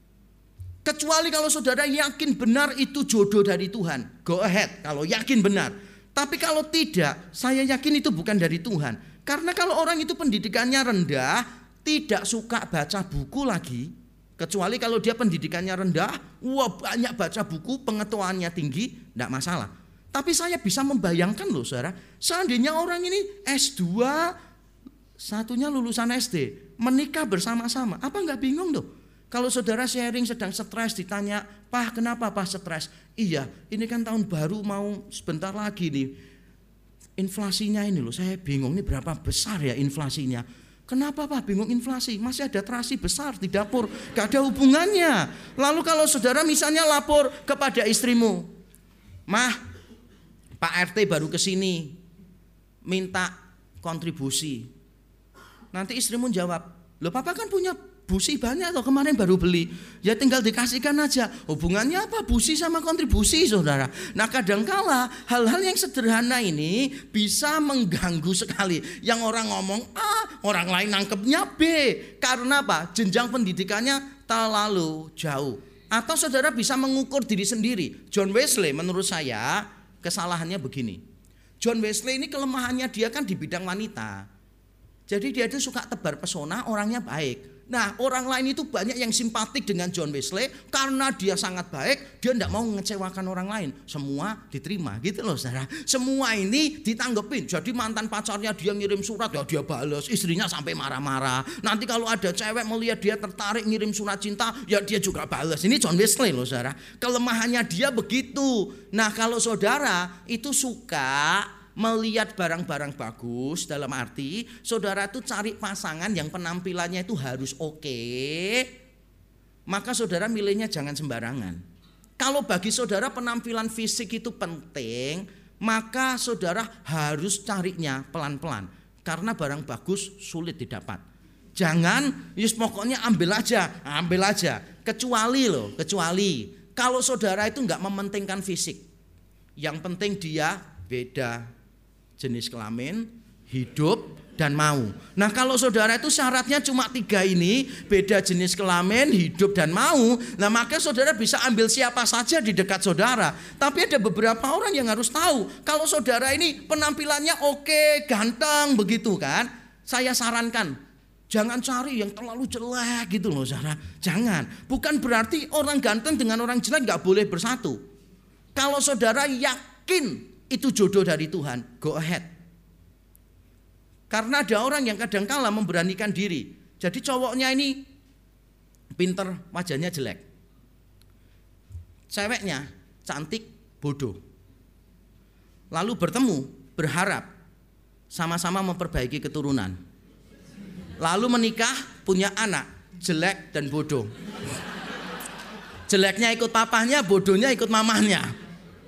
Kecuali kalau saudara yakin benar itu jodoh dari Tuhan. Go ahead kalau yakin benar. Tapi kalau tidak, saya yakin itu bukan dari Tuhan. Karena kalau orang itu pendidikannya rendah, tidak suka baca buku lagi. Kecuali kalau dia pendidikannya rendah, wah banyak baca buku, pengetahuannya tinggi, tidak masalah. Tapi saya bisa membayangkan loh saudara, seandainya orang ini S dua, satunya lulusan S D, menikah bersama-sama, apa enggak bingung tuh? Kalau saudara sharing sedang stres ditanya, "Pak, kenapa Pak stres?" "Iya, ini kan tahun baru mau sebentar lagi nih. Inflasinya ini loh, saya bingung ini berapa besar ya inflasinya." "Kenapa Pak bingung inflasi? Masih ada terasi besar di dapur, gak ada hubungannya." Lalu kalau saudara misalnya lapor kepada istrimu, "Mah, Pak R T baru kesini, minta kontribusi." Nanti istrimu jawab, "Loh Papa kan punya busi banyak atau kemarin baru beli, ya tinggal dikasihkan aja." Hubungannya apa busi sama kontribusi saudara? Nah kadangkala hal-hal yang sederhana ini bisa mengganggu sekali. Yang orang ngomong A, orang lain nangkepnya B. Karena apa? Jenjang pendidikannya terlalu jauh. Atau saudara bisa mengukur diri sendiri. John Wesley menurut saya kesalahannya begini. John Wesley ini kelemahannya dia kan di bidang wanita. Jadi dia itu suka tebar pesona, orangnya baik. Nah orang lain itu banyak yang simpatik dengan John Wesley karena dia sangat baik, dia tidak mau mengecewakan orang lain. Semua diterima gitu loh saudara. Semua ini ditanggepin. Jadi mantan pacarnya dia ngirim surat, ya dia balas. Istrinya sampai marah-marah. Nanti kalau ada cewek melihat dia tertarik ngirim surat cinta, ya dia juga balas. Ini John Wesley loh saudara. Kelemahannya dia begitu. Nah kalau saudara itu suka melihat barang-barang bagus, dalam arti saudara itu cari pasangan yang penampilannya itu harus oke, maka saudara milihnya jangan sembarangan. Kalau bagi saudara penampilan fisik itu penting, maka saudara harus carinya pelan-pelan, karena barang bagus sulit didapat. Jangan yus pokoknya ambil aja, ambil aja. Kecuali loh, kecuali kalau saudara itu nggak mementingkan fisik, yang penting dia beda jenis kelamin, hidup, dan mau. Nah kalau saudara itu syaratnya cuma tiga ini, beda jenis kelamin, hidup, dan mau, nah maka saudara bisa ambil siapa saja di dekat saudara. Tapi ada beberapa orang yang harus tahu, kalau saudara ini penampilannya oke, ganteng, begitu kan, saya sarankan, jangan cari yang terlalu jelek gitu loh saudara. Jangan, bukan berarti orang ganteng dengan orang jelek gak boleh bersatu. Kalau saudara yakin itu jodoh dari Tuhan, go ahead. Karena ada orang yang kadangkala memberanikan diri. Jadi cowoknya ini pinter, wajahnya jelek. Ceweknya cantik, bodoh. Lalu bertemu, berharap sama-sama memperbaiki keturunan. Lalu menikah, punya anak, jelek dan bodoh. Jeleknya ikut papahnya, bodohnya ikut mamahnya.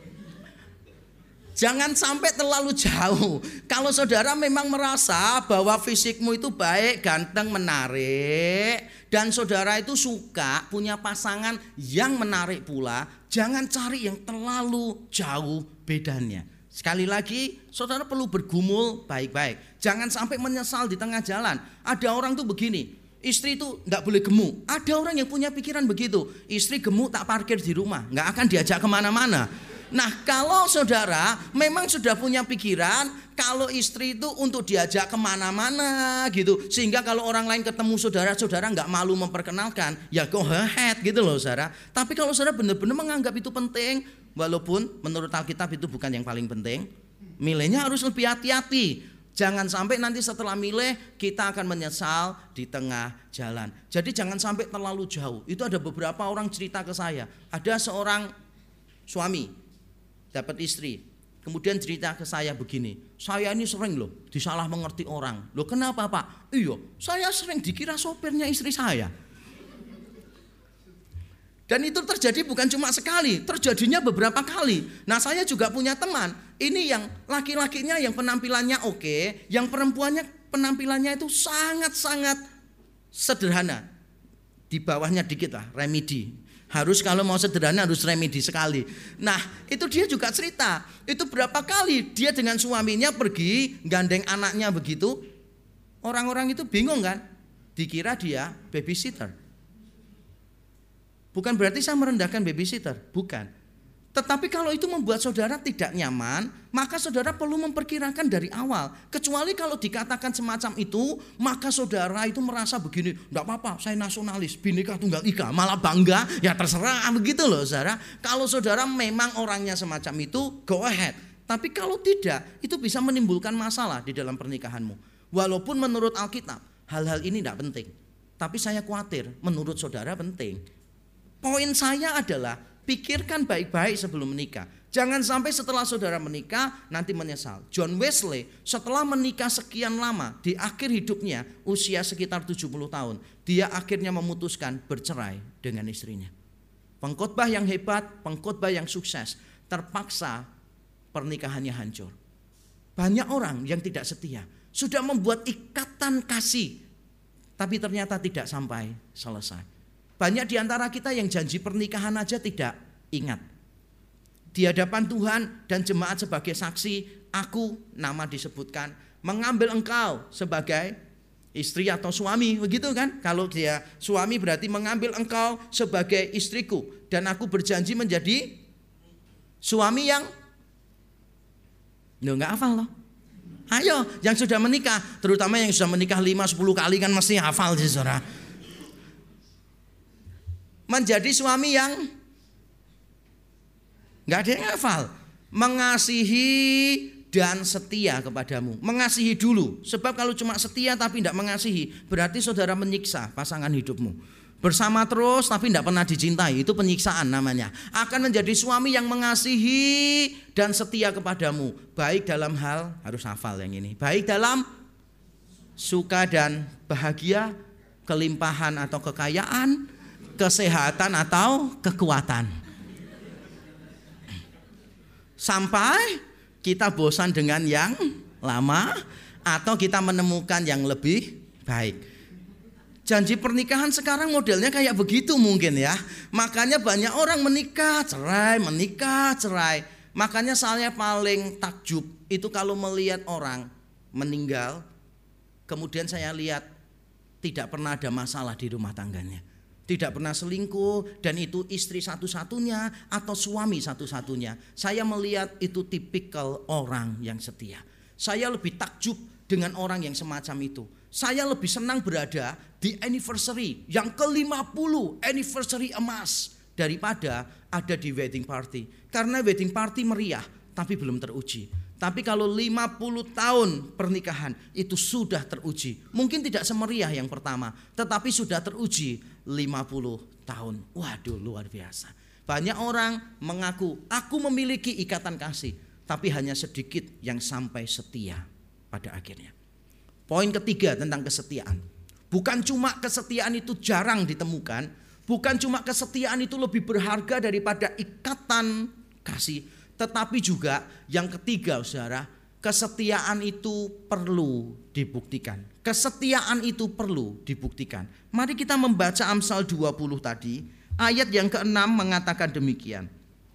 Jangan sampai terlalu jauh. Kalau saudara memang merasa bahwa fisikmu itu baik, ganteng, menarik, dan saudara itu suka punya pasangan yang menarik pula, jangan cari yang terlalu jauh bedanya. Sekali lagi, saudara perlu bergumul baik-baik. Jangan sampai menyesal di tengah jalan. Ada orang tuh begini, istri itu tidak boleh gemuk. Ada orang yang punya pikiran begitu, istri gemuk tak parkir di rumah, nggak akan diajak kemana-mana. Nah kalau saudara memang sudah punya pikiran kalau istri itu untuk diajak kemana-mana gitu, sehingga kalau orang lain ketemu saudara, saudara nggak malu memperkenalkan, ya go ahead gitu loh saudara. Tapi kalau saudara benar-benar menganggap itu penting, walaupun menurut Alkitab itu bukan yang paling penting, milihnya harus lebih hati-hati. Jangan sampai nanti setelah milih kita akan menyesal di tengah jalan. Jadi jangan sampai terlalu jauh. Itu ada beberapa orang cerita ke saya, ada seorang suami dapat istri, kemudian cerita ke saya begini, "Saya ini sering loh disalah mengerti orang." "Loh kenapa Pak?" "Iya, saya sering dikira sopirnya istri saya." Dan itu terjadi bukan cuma sekali, terjadinya beberapa kali. Nah saya juga punya teman, ini yang laki-lakinya yang penampilannya oke, yang perempuannya penampilannya itu sangat-sangat sederhana. Di bawahnya dikit lah, remedi. Harus kalau mau sederhana harus remedi sekali. Nah itu dia juga cerita, itu berapa kali dia dengan suaminya pergi gandeng anaknya begitu. Orang-orang itu bingung kan, dikira dia babysitter. Bukan berarti saya merendahkan babysitter, bukan. Tetapi kalau itu membuat saudara tidak nyaman, maka saudara perlu memperkirakan dari awal. Kecuali kalau dikatakan semacam itu, maka saudara itu merasa begini, enggak apa-apa, saya nasionalis, Bhinneka Tunggal Ika, malah bangga, ya terserah begitu loh saudara. Kalau saudara memang orangnya semacam itu, go ahead. Tapi kalau tidak, itu bisa menimbulkan masalah di dalam pernikahanmu. Walaupun menurut Alkitab, hal-hal ini tidak penting. Tapi saya khawatir, menurut saudara penting. Poin saya adalah, pikirkan baik-baik sebelum menikah. Jangan sampai setelah saudara menikah nanti menyesal. John Wesley setelah menikah sekian lama, di akhir hidupnya usia sekitar tujuh puluh tahun, dia akhirnya memutuskan bercerai dengan istrinya. Pengkhotbah yang hebat, pengkhotbah yang sukses, terpaksa pernikahannya hancur. Banyak orang yang tidak setia sudah membuat ikatan kasih, tapi ternyata tidak sampai selesai. Banyak di antara kita yang janji pernikahan aja tidak ingat. Di hadapan Tuhan dan jemaat sebagai saksi, aku, nama disebutkan, mengambil engkau sebagai istri atau suami, begitu kan? Kalau dia suami berarti mengambil engkau sebagai istriku, dan aku berjanji menjadi suami yang Loh, enggak hafal loh. Ayo, yang sudah menikah, terutama yang sudah menikah lima sepuluh kali kan mesti hafal sih saudara. Menjadi suami yang enggak ada yang hafal. Mengasihi dan setia kepadamu. Mengasihi dulu. Sebab kalau cuma setia tapi tidak mengasihi, berarti saudara menyiksa pasangan hidupmu. Bersama terus tapi tidak pernah dicintai, itu penyiksaan namanya. Akan menjadi suami yang mengasihi dan setia kepadamu. Baik dalam hal, harus hafal yang ini, baik dalam suka dan bahagia, kelimpahan atau kekayaan, kesehatan atau kekuatan. Sampai kita bosan dengan yang lama atau kita menemukan yang lebih baik. Janji pernikahan sekarang modelnya kayak begitu mungkin ya. Makanya banyak orang menikah, cerai, menikah, cerai. Makanya saya paling takjub itu kalau melihat orang meninggal, kemudian saya lihat tidak pernah ada masalah di rumah tangganya. Tidak pernah selingkuh, dan itu istri satu-satunya atau suami satu-satunya. Saya melihat itu tipikal orang yang setia. Saya lebih takjub dengan orang yang semacam itu. Saya lebih senang berada di anniversary yang ke lima puluh, anniversary emas, daripada ada di wedding party. Karena wedding party meriah tapi belum teruji. Tapi kalau lima puluh tahun pernikahan itu sudah teruji. Mungkin tidak semeriah yang pertama, tetapi sudah teruji lima puluh tahun. Waduh, luar biasa. Banyak orang mengaku aku memiliki ikatan kasih, tapi hanya sedikit yang sampai setia pada akhirnya. Poin ketiga tentang kesetiaan. Bukan cuma kesetiaan itu jarang ditemukan, bukan cuma kesetiaan itu lebih berharga daripada ikatan kasih, tetapi juga yang ketiga saudara, kesetiaan itu perlu dibuktikan. Kesetiaan itu perlu dibuktikan. Mari kita membaca Amsal dua puluh tadi, ayat yang keenam mengatakan demikian.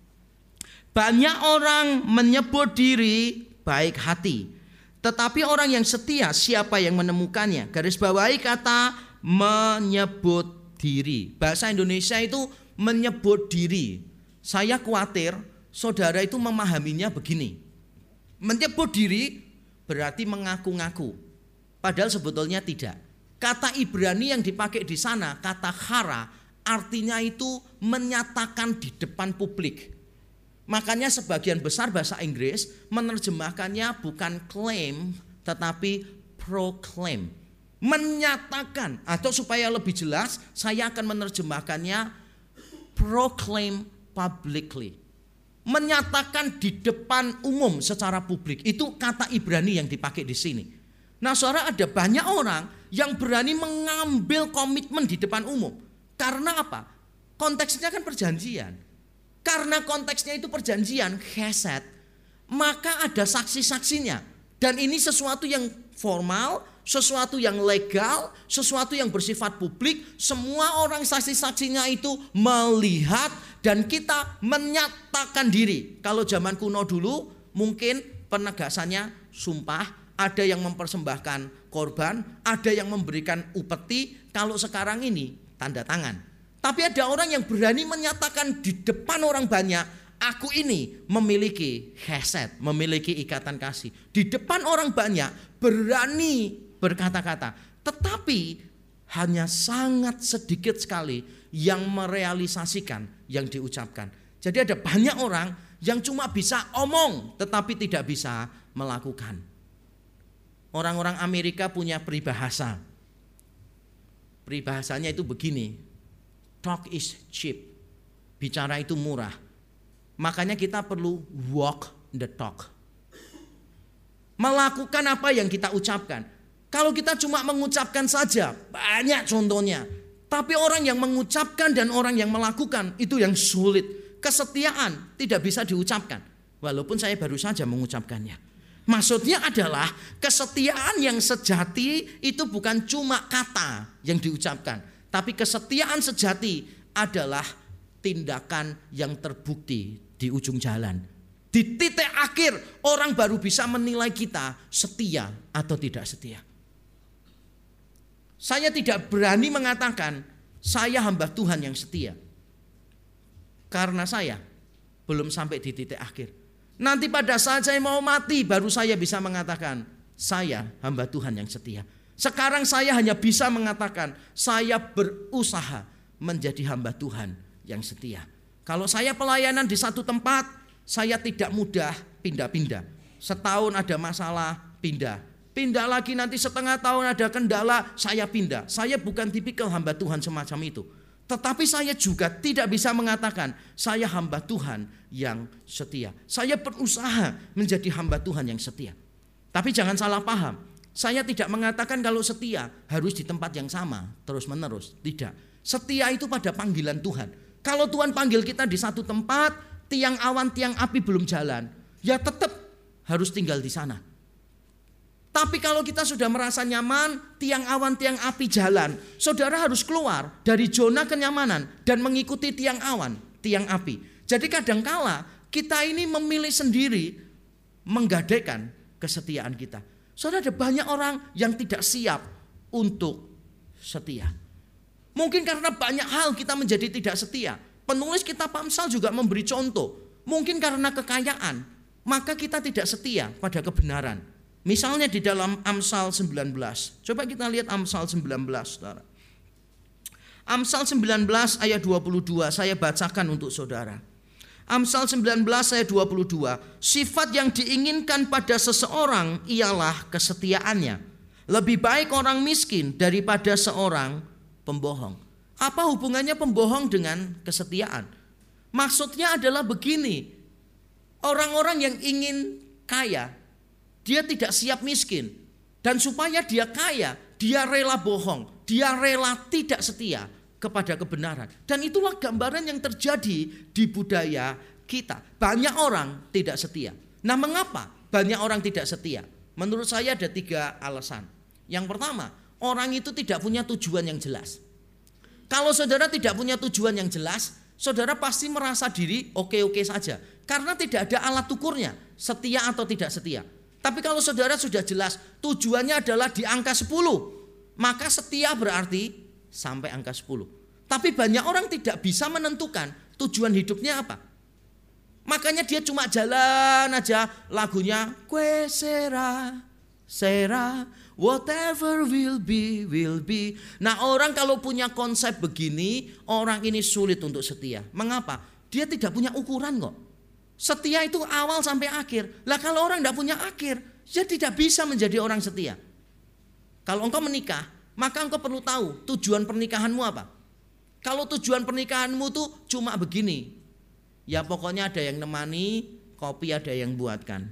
Banyak orang menyebut diri baik hati, tetapi orang yang setia siapa yang menemukannya? Garis bawahi kata menyebut diri. Bahasa Indonesia itu menyebut diri. Saya khawatir saudara itu memahaminya begini. Menyebut diri berarti mengaku-ngaku. Padahal sebetulnya tidak. Kata Ibrani yang dipakai di sana, kata chara, artinya itu menyatakan di depan publik. Makanya sebagian besar bahasa Inggris menerjemahkannya bukan claim tetapi proclaim. Menyatakan, atau supaya lebih jelas saya akan menerjemahkannya proclaim publicly. Menyatakan di depan umum secara publik. Itu kata Ibrani yang dipakai di sini. Nah, saudara, ada banyak orang yang berani mengambil komitmen di depan umum. Karena apa? Konteksnya kan perjanjian. Karena konteksnya itu perjanjian, chesed, maka ada saksi-saksinya. Dan ini sesuatu yang formal, sesuatu yang legal, sesuatu yang bersifat publik. Semua orang saksi-saksinya itu melihat dan kita menyatakan diri. Kalau zaman kuno dulu mungkin penegasannya sumpah ada yang mempersembahkan korban, ada yang memberikan upeti. Kalau sekarang ini tanda tangan. Tapi ada orang yang berani menyatakan di depan orang banyak, aku ini memiliki hesed, memiliki ikatan kasih. Di depan orang banyak berani berkata-kata. Tetapi hanya sangat sedikit sekali yang merealisasikan yang diucapkan. Jadi ada banyak orang yang cuma bisa omong tetapi tidak bisa melakukan. Orang-orang Amerika punya peribahasa. Peribahasanya itu begini. Talk is cheap. Bicara itu murah. Makanya kita perlu walk the talk. Melakukan apa yang kita ucapkan. Kalau kita cuma mengucapkan saja, banyak contohnya. Tapi orang yang mengucapkan dan orang yang melakukan itu yang sulit. Kesetiaan tidak bisa diucapkan. Walaupun saya baru saja mengucapkannya. Maksudnya adalah kesetiaan yang sejati itu bukan cuma kata yang diucapkan. Tapi kesetiaan sejati adalah tindakan yang terbukti di ujung jalan. Di titik akhir orang baru bisa menilai kita setia atau tidak setia. Saya tidak berani mengatakan saya hamba Tuhan yang setia. Karena saya belum sampai di titik akhir. Nanti pada saat saya mau mati baru saya bisa mengatakan saya hamba Tuhan yang setia. Sekarang saya hanya bisa mengatakan saya berusaha menjadi hamba Tuhan yang setia. Kalau saya pelayanan di satu tempat, saya tidak mudah pindah-pindah. Setahun ada masalah, pindah. Pindah lagi nanti setengah tahun ada kendala, saya pindah. Saya bukan tipikal hamba Tuhan semacam itu. Tetapi saya juga tidak bisa mengatakan saya hamba Tuhan yang setia. Saya berusaha menjadi hamba Tuhan yang setia. Tapi jangan salah paham. Saya tidak mengatakan kalau setia harus di tempat yang sama terus menerus. Tidak. Setia itu pada panggilan Tuhan. Kalau Tuhan panggil kita di satu tempat, tiang awan, tiang api belum jalan, ya tetap harus tinggal di sana. Tapi kalau kita sudah merasa nyaman, tiang awan, tiang api jalan, saudara harus keluar dari zona kenyamanan dan mengikuti tiang awan, tiang api. Jadi kadangkala kita ini memilih sendiri menggadaikan kesetiaan kita. Saudara, ada banyak orang yang tidak siap untuk setia. Mungkin karena banyak hal kita menjadi tidak setia. Penulis kitab Amsal juga memberi contoh. Mungkin karena kekayaan, maka kita tidak setia pada kebenaran. Misalnya di dalam Amsal sembilan belas. Coba kita lihat Amsal sembilan belas, saudara. Amsal sembilan belas ayat dua puluh dua saya bacakan untuk saudara. Amsal sembilan belas ayat dua puluh dua. Sifat yang diinginkan pada seseorang ialah kesetiaannya. Lebih baik orang miskin daripada seorang pembohong. Apa hubungannya pembohong dengan kesetiaan? Maksudnya adalah begini. Orang-orang yang ingin kaya, dia tidak siap miskin. Dan supaya dia kaya, dia rela bohong. Dia rela tidak setia kepada kebenaran. Dan itulah gambaran yang terjadi di budaya kita. Banyak orang tidak setia. Nah, mengapa banyak orang tidak setia? Menurut saya ada tiga alasan. Yang pertama, orang itu tidak punya tujuan yang jelas. Kalau saudara tidak punya tujuan yang jelas, saudara pasti merasa diri oke-oke saja. Karena tidak ada alat ukurnya, setia atau tidak setia. Tapi kalau saudara sudah jelas tujuannya adalah di angka sepuluh, maka setia berarti sampai angka sepuluh. Tapi banyak orang tidak bisa menentukan tujuan hidupnya apa. Makanya dia cuma jalan aja lagunya Que sera, sera, whatever will be, will be. Nah, orang kalau punya konsep begini, orang ini sulit untuk setia. Mengapa? Dia tidak punya ukuran kok. Setia itu awal sampai akhir. Lah kalau orang tidak punya akhir, dia tidak bisa menjadi orang setia. Kalau engkau menikah, maka engkau perlu tahu tujuan pernikahanmu apa. Kalau tujuan pernikahanmu tuh cuma begini, ya pokoknya ada yang nemani, kopi ada yang buatkan.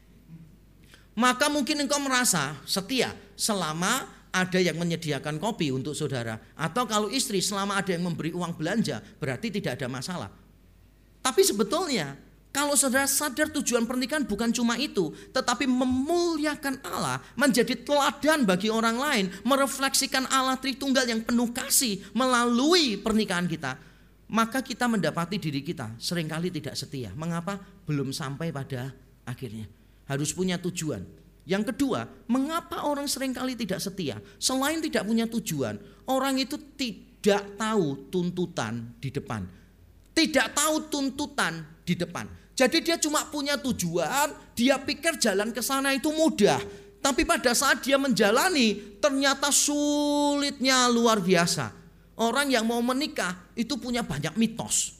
Maka mungkin engkau merasa setia selama ada yang menyediakan kopi untuk saudara. Atau kalau istri selama ada yang memberi uang belanja, berarti tidak ada masalah. Tapi sebetulnya kalau saudara sadar tujuan pernikahan bukan cuma itu, tetapi memuliakan Allah, menjadi teladan bagi orang lain, merefleksikan Allah Tritunggal yang penuh kasih melalui pernikahan kita, maka kita mendapati diri kita seringkali tidak setia. Mengapa? Belum sampai pada akhirnya. Harus punya tujuan. Yang kedua, mengapa orang seringkali tidak setia? Selain tidak punya tujuan, orang itu tidak tahu tuntutan di depan. Tidak tahu tuntutan di depan. Jadi dia cuma punya tujuan, dia pikir jalan ke sana itu mudah. Tapi pada saat dia menjalani, ternyata sulitnya luar biasa. Orang yang mau menikah itu punya banyak mitos.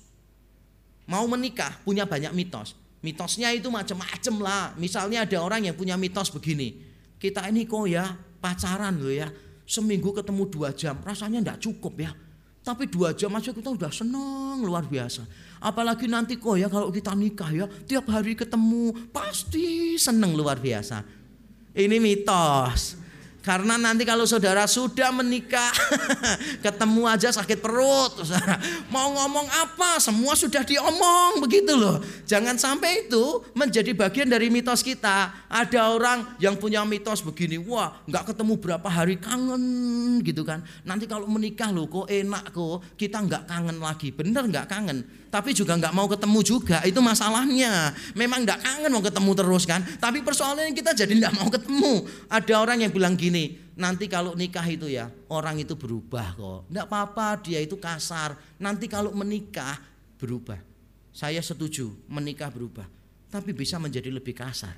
Mau menikah punya banyak mitos. Mitosnya itu macam-macam lah. Misalnya ada orang yang punya mitos begini. Kita ini kok ya pacaran loh ya. Seminggu ketemu dua jam. Rasanya enggak cukup ya. Tapi dua jam aja kita udah senang luar biasa. Apalagi nanti kok ya kalau kita nikah ya. Tiap hari ketemu pasti senang luar biasa. Ini mitos. Karena nanti kalau saudara sudah menikah, ketemu aja sakit perut. Mau ngomong apa, semua sudah diomong begitu loh. Jangan sampai itu menjadi bagian dari mitos kita. Ada orang yang punya mitos begini, wah gak ketemu berapa hari kangen gitu kan. Nanti kalau menikah loh kok enak kok, kita gak kangen lagi. Bener gak kangen, tapi juga gak mau ketemu juga. Itu masalahnya. Memang gak kangen mau ketemu terus kan. Tapi persoalannya kita jadi gak mau ketemu. Ada orang yang bilang gini, nanti kalau nikah itu ya orang itu berubah kok. Enggak apa-apa, dia itu kasar. Nanti kalau menikah berubah. Saya setuju menikah berubah, tapi bisa menjadi lebih kasar.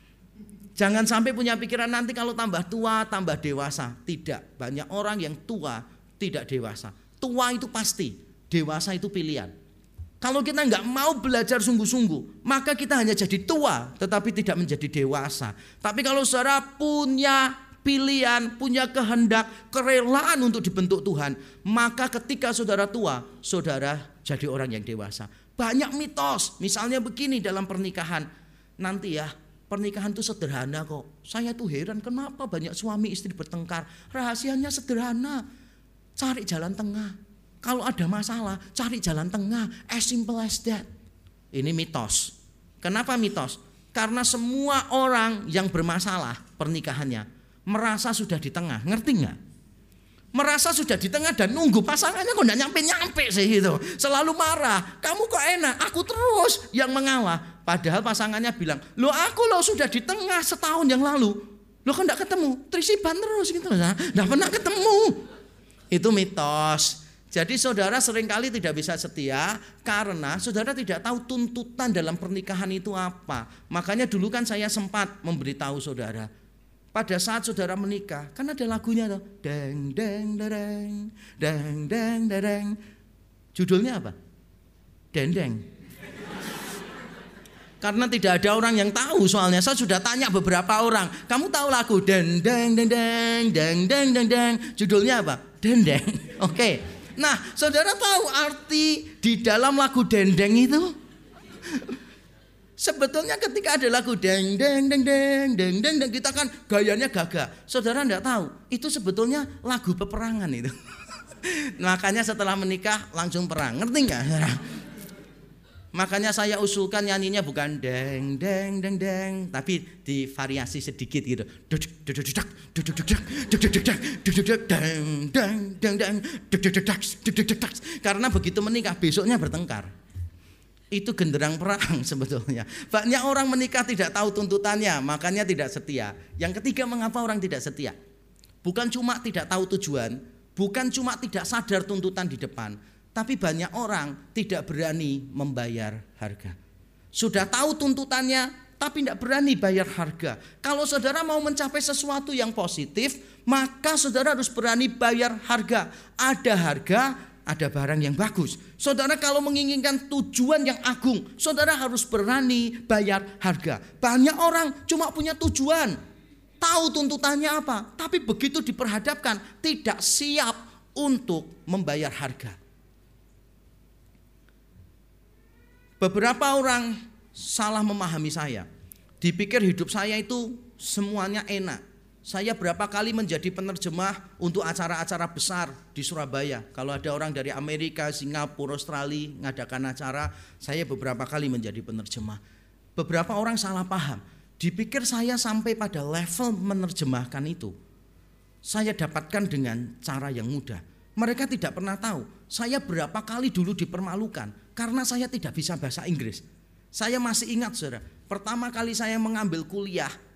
Jangan sampai punya pikiran nanti kalau tambah tua tambah dewasa. Tidak, banyak orang yang tua tidak dewasa. Tua itu pasti, dewasa itu pilihan. Kalau kita enggak mau belajar sungguh-sungguh, maka kita hanya jadi tua tetapi tidak menjadi dewasa. Tapi kalau saudara punya pilihan, punya kehendak, kerelaan untuk dibentuk Tuhan, maka ketika saudara tua, saudara jadi orang yang dewasa. Banyak mitos, misalnya begini dalam pernikahan. Nanti ya, pernikahan itu sederhana kok. Saya tuh heran kenapa banyak suami istri bertengkar. Rahasianya sederhana, cari jalan tengah. Kalau ada masalah, cari jalan tengah, as simple as that. Ini mitos. Kenapa mitos? Karena semua orang yang bermasalah pernikahannya merasa sudah di tengah, ngerti nggak? Merasa sudah di tengah dan nunggu pasangannya kok nggak nyampe-nyampe sih gitu. Selalu marah, kamu kok enak, aku terus yang mengalah. Padahal pasangannya bilang, lo aku lo sudah di tengah setahun yang lalu, lo kan nggak ketemu, terisiban terus gitu, nggak pernah ketemu. Itu mitos. Jadi saudara seringkali tidak bisa setia karena saudara tidak tahu tuntutan dalam pernikahan itu apa. Makanya dulu kan saya sempat memberitahu saudara. Pada saat saudara menikah, kan ada lagunya tuh, deng deng dereng, deng deng dereng. Judulnya apa? Dendeng. Karena tidak ada orang yang tahu soalnya. Saya sudah tanya beberapa orang, kamu tahu lagu deng deng deng deng deng deng deng deng. Judulnya apa? Dendeng. Oke. Okay. Nah, saudara tahu arti di dalam lagu dendeng itu? Sebetulnya ketika ada lagu deng deng deng deng deng deng deng, kita kan gayanya gagah. Saudara enggak tahu, itu sebetulnya lagu peperangan itu. Makanya setelah menikah langsung perang, ngerti enggak? Makanya saya usulkan nyanyinya bukan deng deng deng deng, tapi divariasi sedikit gitu. Karena begitu menikah besoknya bertengkar. Itu genderang perang sebetulnya. Banyak orang menikah tidak tahu tuntutannya, makanya tidak setia. Yang ketiga, mengapa orang tidak setia? Bukan cuma tidak tahu tujuan, bukan cuma tidak sadar tuntutan di depan, tapi banyak orang tidak berani membayar harga. Sudah tahu tuntutannya, tapi tidak berani bayar harga. Kalau saudara mau mencapai sesuatu yang positif, maka saudara harus berani bayar harga. Ada harga, ada barang yang bagus. Saudara kalau menginginkan tujuan yang agung, saudara harus berani bayar harga. Banyak orang cuma punya tujuan, tahu tuntutannya apa, tapi begitu diperhadapkan tidak siap untuk membayar harga. Beberapa orang salah memahami saya. Dipikir hidup saya itu semuanya enak. Saya berapa kali menjadi penerjemah untuk acara-acara besar di Surabaya. Kalau ada orang dari Amerika, Singapura, Australia ngadakan acara, saya beberapa kali menjadi penerjemah. Beberapa orang salah paham. Dipikir saya sampai pada level menerjemahkan itu, saya dapatkan dengan cara yang mudah. Mereka tidak pernah tahu saya berapa kali dulu dipermalukan karena saya tidak bisa bahasa Inggris. Saya masih ingat saudara, pertama kali saya mengambil kuliah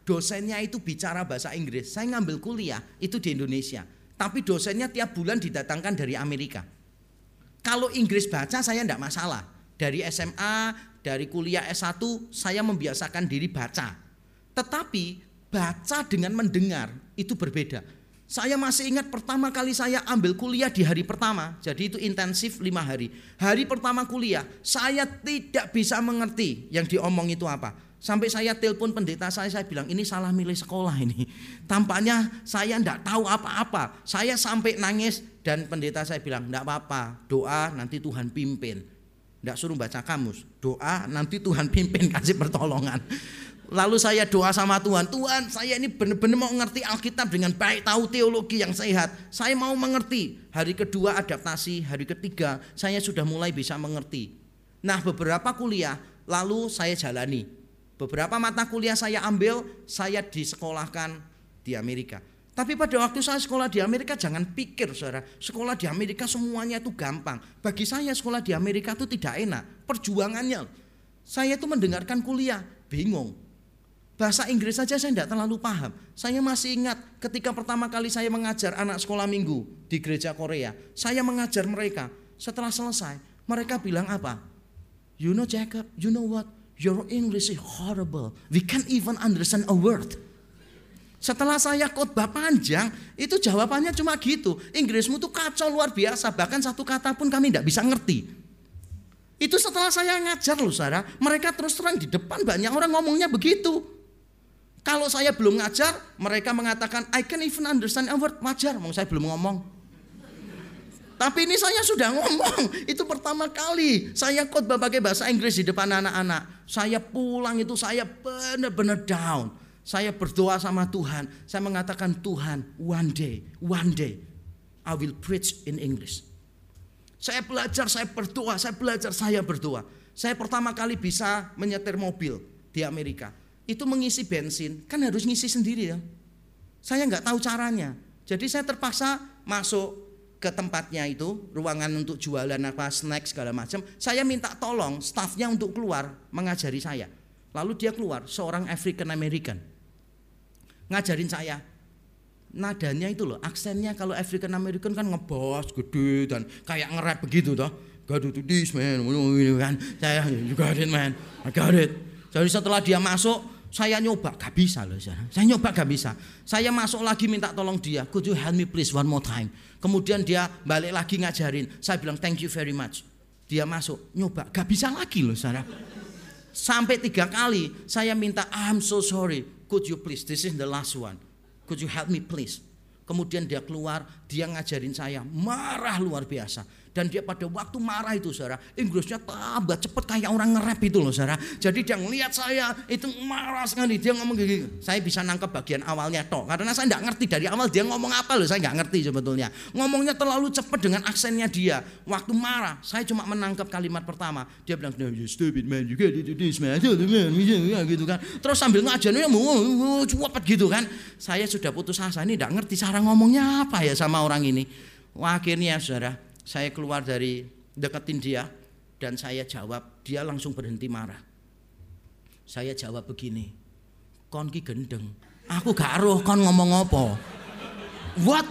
dosennya itu bicara bahasa Inggris. Saya ngambil kuliah itu di Indonesia, tapi dosennya tiap bulan didatangkan dari Amerika. Kalau Inggris baca saya enggak masalah. Dari S M A, dari kuliah S satu saya membiasakan diri baca. Tetapi baca dengan mendengar itu berbeda. Saya masih ingat pertama kali saya ambil kuliah di hari pertama. Jadi itu intensif lima hari. Hari pertama kuliah saya tidak bisa mengerti yang diomong itu apa. Sampai saya telepon pendeta saya, saya bilang ini salah milih sekolah ini. Tampaknya saya tidak tahu apa-apa. Saya sampai nangis dan pendeta saya bilang tidak apa-apa, doa nanti Tuhan pimpin. Tidak suruh baca kamus, doa nanti Tuhan pimpin kasih pertolongan. Lalu saya doa sama Tuhan, Tuhan saya ini benar-benar mau ngerti Alkitab dengan baik, tahu teologi yang sehat. Saya mau mengerti. Hari kedua adaptasi, hari ketiga saya sudah mulai bisa mengerti. Nah beberapa kuliah lalu saya jalani. Beberapa mata kuliah saya ambil, saya disekolahkan di Amerika. Tapi pada waktu saya sekolah di Amerika jangan pikir saudara, sekolah di Amerika semuanya itu gampang. Bagi saya sekolah di Amerika itu tidak enak, perjuangannya. Saya itu mendengarkan kuliah, bingung. Bahasa Inggris saja saya tidak terlalu paham. Saya masih ingat ketika pertama kali saya mengajar anak sekolah minggu di gereja Korea. Saya mengajar mereka. Setelah selesai, mereka bilang apa? You know Jacob, you know what? Your English is horrible. We can't even understand a word. Setelah saya khotbah panjang, itu jawabannya cuma gitu. Inggrismu tuh kacau luar biasa. Bahkan satu kata pun kami tidak bisa ngerti. Itu setelah saya ngajar loh saudara. Mereka terus terang di depan banyak orang ngomongnya begitu. Kalau saya belum ngajar, mereka mengatakan I can't even understand a word. Wajar, mau saya belum ngomong. Tapi ini saya sudah ngomong. Itu pertama kali saya khotbah pakai bahasa Inggris di depan anak-anak. Saya pulang itu saya benar-benar down. Saya berdoa sama Tuhan. Saya mengatakan Tuhan, one day, one day I will preach in English. Saya belajar, saya berdoa, saya belajar, saya berdoa. Saya pertama kali bisa menyetir mobil di Amerika. Itu mengisi bensin, kan harus ngisi sendiri ya. Saya nggak tahu caranya. Jadi saya terpaksa masuk ke tempatnya itu, ruangan untuk jualan apa, snack segala macam. Saya minta tolong stafnya untuk keluar mengajari saya. Lalu dia keluar, seorang African American. Ngajarin saya. Nadanya itu loh, aksennya kalau African American kan ngebos, gede dan kayak nge-rap begitu toh. God do this man, kan. Saya you got it man, I got it. Jadi setelah dia masuk, saya nyoba, gak bisa loh saya. Saya nyoba gak bisa. Saya masuk lagi minta tolong dia, could you help me please one more time. Kemudian dia balik lagi ngajarin. Saya bilang thank you very much. Dia masuk, nyoba, gak bisa lagi loh saudara. Sampai tiga kali saya minta I'm so sorry, could you please, this is the last one. Could you help me please. Kemudian dia keluar, dia ngajarin saya, marah luar biasa. Dan dia pada waktu marah itu saudara, Inggrisnya tambah cepet kayak orang nge-rap itu loh saudara. Jadi dia ngelihat saya itu marah sekali. Dia ngomong gini, saya bisa nangkep bagian awalnya toh. Karena saya gak ngerti dari awal dia ngomong apa loh, saya gak ngerti sebetulnya. Ngomongnya terlalu cepet dengan aksennya dia. Waktu marah, saya cuma menangkap kalimat pertama. Dia bilang, no, you stupid man, you get it, this man, gitu kan. Terus sambil ngajarin, cepet gitu kan. Saya sudah putus asa, ini gak ngerti cara ngomongnya apa ya sama orang ini. Wah, akhirnya saudara, saya keluar dari deketin dia dan saya jawab, dia langsung berhenti marah. Saya jawab begini, kon ki gendeng, aku gak roh kon ngomong apa. What?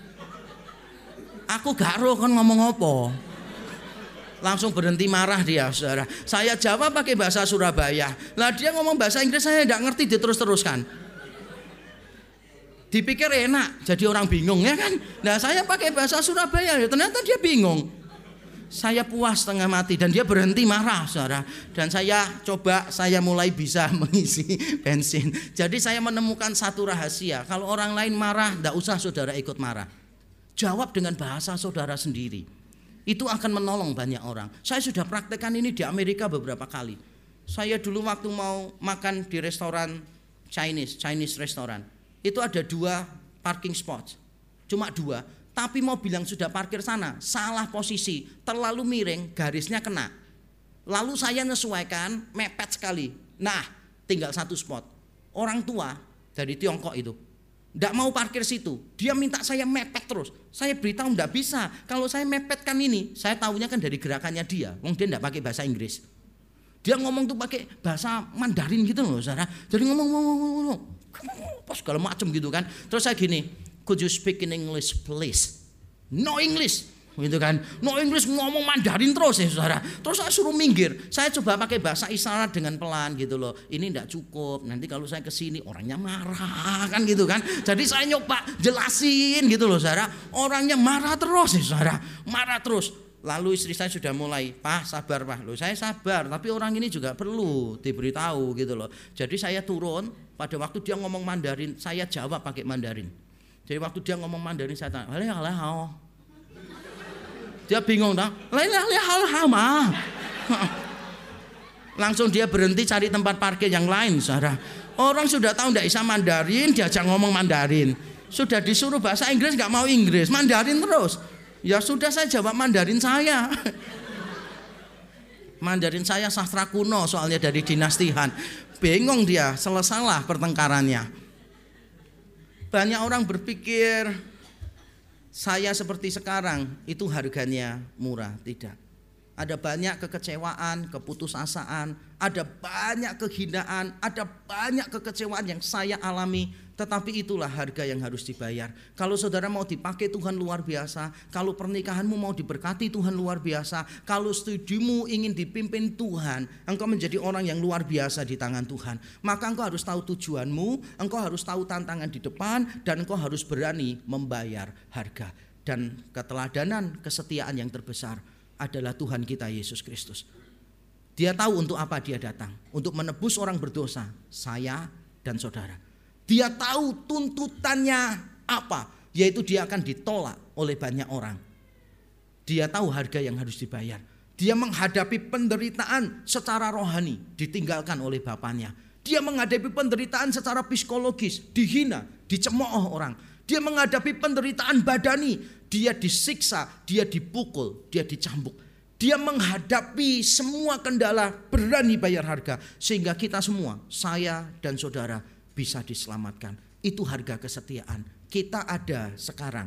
Aku gak roh kon ngomong apa. Langsung berhenti marah dia saudara. Saya jawab pakai bahasa Surabaya. Lah dia ngomong bahasa Inggris saya gak ngerti, dia terus-teruskan. Dipikir enak, jadi orang bingung ya kan. Nah saya pakai bahasa Surabaya, ya ternyata dia bingung. Saya puas setengah mati dan dia berhenti marah saudara. Dan saya coba, saya mulai bisa mengisi bensin. Jadi saya menemukan satu rahasia. Kalau orang lain marah, tidak usah saudara ikut marah. Jawab dengan bahasa saudara sendiri. Itu akan menolong banyak orang. Saya sudah praktekkan ini di Amerika beberapa kali. Saya dulu waktu mau makan di restoran Chinese, Chinese restoran. Itu ada dua parking spot, cuma dua. Tapi mobil yang sudah parkir sana salah posisi, terlalu miring, garisnya kena. Lalu saya menyesuaikan, mepet sekali. Nah, tinggal satu spot. Orang tua dari Tiongkok itu tidak mau parkir situ. Dia minta saya mepet terus. Saya beritahu tidak bisa. Kalau saya mepetkan ini, saya tahunya kan dari gerakannya dia. Wong dia tidak pakai bahasa Inggris. Dia ngomong tuh pakai bahasa Mandarin gitu loh, saudara. Jadi ngomong-ngomong, Pas segala macam gitu kan. Terus saya gini, could you speak in English please? No English. Gitu kan, no English, ngomong Mandarin terus ya saudara. Terus saya suruh minggir, saya coba pakai bahasa isyarat dengan pelan gitu loh. Ini enggak cukup, nanti kalau saya kesini orangnya marah kan gitu kan. Jadi saya nyoba jelasin gitu loh saudara. Orangnya marah terus ya saudara, marah terus. Lalu istri saya sudah mulai, Pak sabar Pak. Loh saya sabar, tapi orang ini juga perlu diberitahu gitu loh. Jadi saya turun, pada waktu dia ngomong Mandarin, saya jawab pakai Mandarin. Jadi waktu dia ngomong Mandarin saya tanya, "Halo, halo." Dia bingung dah, langsung dia berhenti cari tempat parkir yang lain, saudara. Orang sudah tahu tidak bisa Mandarin, diajak ngomong Mandarin. Sudah disuruh bahasa Inggris nggak mau Inggris, Mandarin terus. Ya sudah saya jawab Mandarin saya. Mandarin saya sastra kuno soalnya dari dinasti Han. Bingung dia, selesailah pertengkarannya. Banyak orang berpikir saya seperti sekarang itu harganya murah. Tidak. Ada banyak kekecewaan, keputusasaan, ada banyak kehinaan, ada banyak kekecewaan yang saya alami. Tetapi itulah harga yang harus dibayar. Kalau saudara mau dipakai Tuhan luar biasa, kalau pernikahanmu mau diberkati Tuhan luar biasa, kalau studimu ingin dipimpin Tuhan, engkau menjadi orang yang luar biasa di tangan Tuhan, maka engkau harus tahu tujuanmu, engkau harus tahu tantangan di depan, dan engkau harus berani membayar harga. Dan keteladanan kesetiaan yang terbesar adalah Tuhan kita Yesus Kristus. Dia tahu untuk apa dia datang, untuk menebus orang berdosa, saya dan saudara. Dia tahu tuntutannya apa, yaitu dia akan ditolak oleh banyak orang. Dia tahu harga yang harus dibayar. Dia menghadapi penderitaan secara rohani, ditinggalkan oleh bapaknya. Dia menghadapi penderitaan secara psikologis, dihina, dicemooh orang. Dia menghadapi penderitaan badani, dia disiksa, dia dipukul, dia dicambuk. Dia menghadapi semua kendala, berani bayar harga. Sehingga kita semua, saya dan saudara, bisa diselamatkan. Itu harga kesetiaan. Kita ada sekarang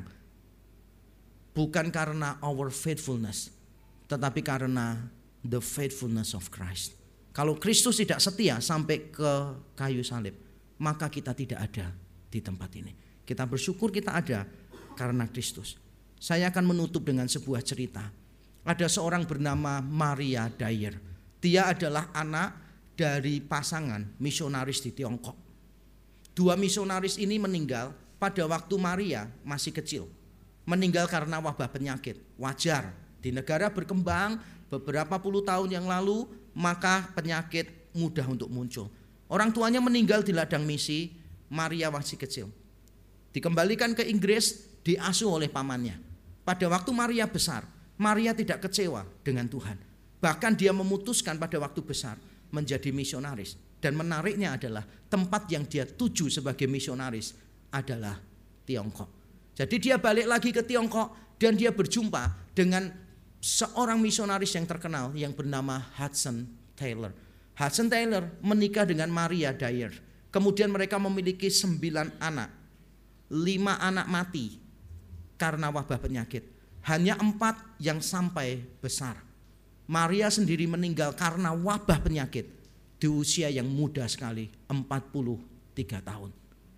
bukan karena our faithfulness, tetapi karena the faithfulness of Christ. Kalau Kristus tidak setia sampai ke kayu salib, maka kita tidak ada di tempat ini. Kita bersyukur kita ada karena Kristus. Saya akan menutup dengan sebuah cerita. Ada seorang bernama Maria Dyer. Dia adalah anak dari pasangan misionaris di Tiongkok. Dua misionaris ini meninggal pada waktu Maria masih kecil. Meninggal karena wabah penyakit. Wajar, di negara berkembang beberapa puluh tahun yang lalu, maka penyakit mudah untuk muncul. Orang tuanya meninggal di ladang misi, Maria masih kecil. Dikembalikan ke Inggris, diasuh oleh pamannya. Pada waktu Maria besar, Maria tidak kecewa dengan Tuhan. Bahkan dia memutuskan pada waktu besar menjadi misionaris. Dan menariknya adalah tempat yang dia tuju sebagai misionaris adalah Tiongkok. Jadi dia balik lagi ke Tiongkok dan dia berjumpa dengan seorang misionaris yang terkenal yang bernama Hudson Taylor. Hudson Taylor menikah dengan Maria Dyer. Kemudian mereka memiliki sembilan anak. Lima anak mati karena wabah penyakit. Hanya empat yang sampai besar. Maria sendiri meninggal karena wabah penyakit di usia yang muda sekali, empat puluh tiga tahun.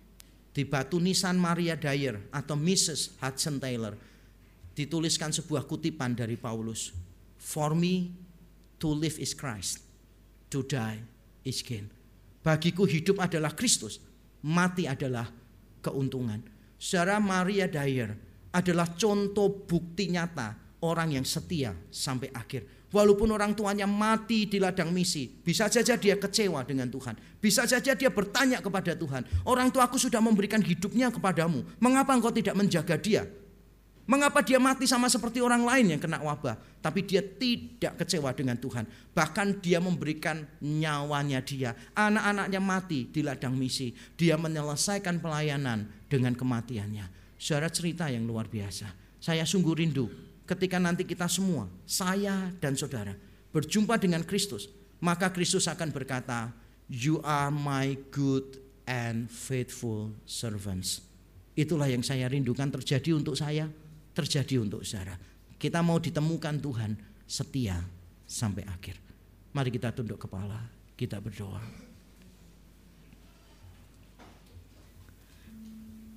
Di batu nisan Maria Dyer atau Missus Hudson Taylor dituliskan sebuah kutipan dari Paulus. For me to live is Christ, to die is gain. Bagiku hidup adalah Kristus, mati adalah keuntungan. Saudara, Maria Dyer adalah contoh bukti nyata orang yang setia sampai akhir. Walaupun orang tuanya mati di ladang misi, bisa saja dia kecewa dengan Tuhan. Bisa saja dia bertanya kepada Tuhan, orang tuaku sudah memberikan hidupnya kepadamu, mengapa engkau tidak menjaga dia? Mengapa dia mati sama seperti orang lain yang kena wabah? Tapi dia tidak kecewa dengan Tuhan. Bahkan dia memberikan nyawanya dia. Anak-anaknya mati di ladang misi. Dia menyelesaikan pelayanan dengan kematiannya. Saudara, cerita yang luar biasa. Saya sungguh rindu ketika nanti kita semua, saya dan saudara, berjumpa dengan Kristus, maka Kristus akan berkata, "You are my good and faithful servants." Itulah yang saya rindukan terjadi untuk saya, terjadi untuk saudara. Kita mau ditemukan Tuhan setia sampai akhir. Mari kita tunduk kepala, kita berdoa.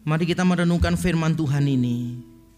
Mari kita merenungkan firman Tuhan ini.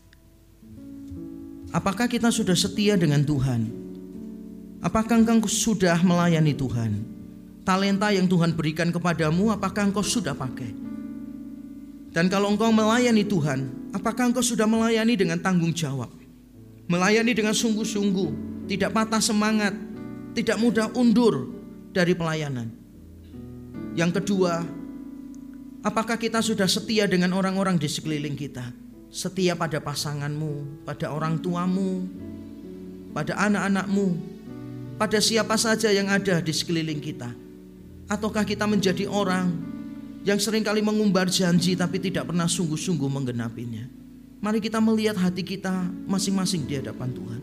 Apakah kita sudah setia dengan Tuhan? Apakah engkau sudah melayani Tuhan? Talenta yang Tuhan berikan kepadamu, apakah engkau sudah pakai? Dan kalau engkau melayani Tuhan, apakah engkau sudah melayani dengan tanggung jawab? Melayani dengan sungguh-sungguh, tidak patah semangat, tidak mudah undur dari pelayanan. Yang kedua, apakah kita sudah setia dengan orang-orang di sekeliling kita? Setia pada pasanganmu, pada orang tuamu, pada anak-anakmu, pada siapa saja yang ada di sekeliling kita. Ataukah kita menjadi orang yang seringkali mengumbar janji tapi tidak pernah sungguh-sungguh menggenapinya? Mari kita melihat hati kita masing-masing di hadapan Tuhan.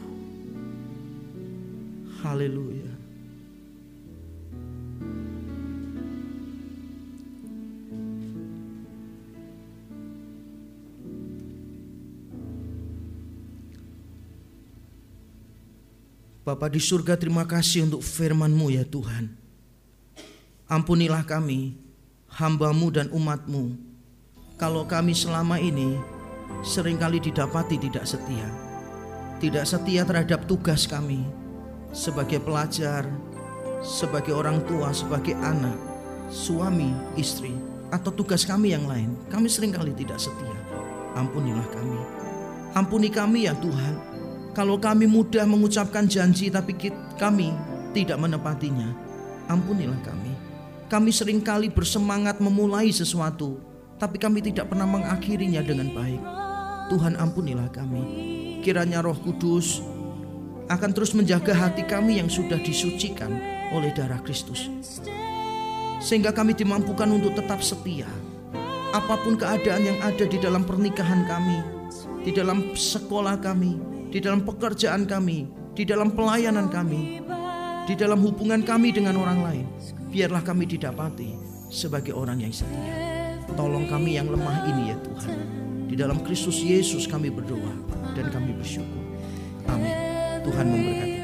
Haleluya. Bapa di surga, terima kasih untuk firman-Mu ya Tuhan. Ampunilah kami, hamba-Mu dan umat-Mu, kalau kami selama ini seringkali didapati tidak setia. Tidak setia terhadap tugas kami sebagai pelajar, sebagai orang tua, sebagai anak, suami, istri, atau tugas kami yang lain. Kami seringkali tidak setia. Ampunilah kami. Ampuni kami ya Tuhan, kalau kami mudah mengucapkan janji tapi kami tidak menepatinya. Ampunilah kami. Kami seringkali bersemangat memulai sesuatu, tapi kami tidak pernah mengakhirinya dengan baik. Tuhan, ampunilah kami. Kiranya Roh Kudus akan terus menjaga hati kami yang sudah disucikan oleh darah Kristus, sehingga kami dimampukan untuk tetap setia. Apapun keadaan yang ada di dalam pernikahan kami, di dalam sekolah kami, di dalam pekerjaan kami, di dalam pelayanan kami, di dalam hubungan kami dengan orang lain, biarlah kami didapati sebagai orang yang setia. Tolong kami yang lemah ini ya Tuhan. Di dalam Kristus Yesus kami berdoa dan kami bersyukur. Amin. Tuhan memberkati.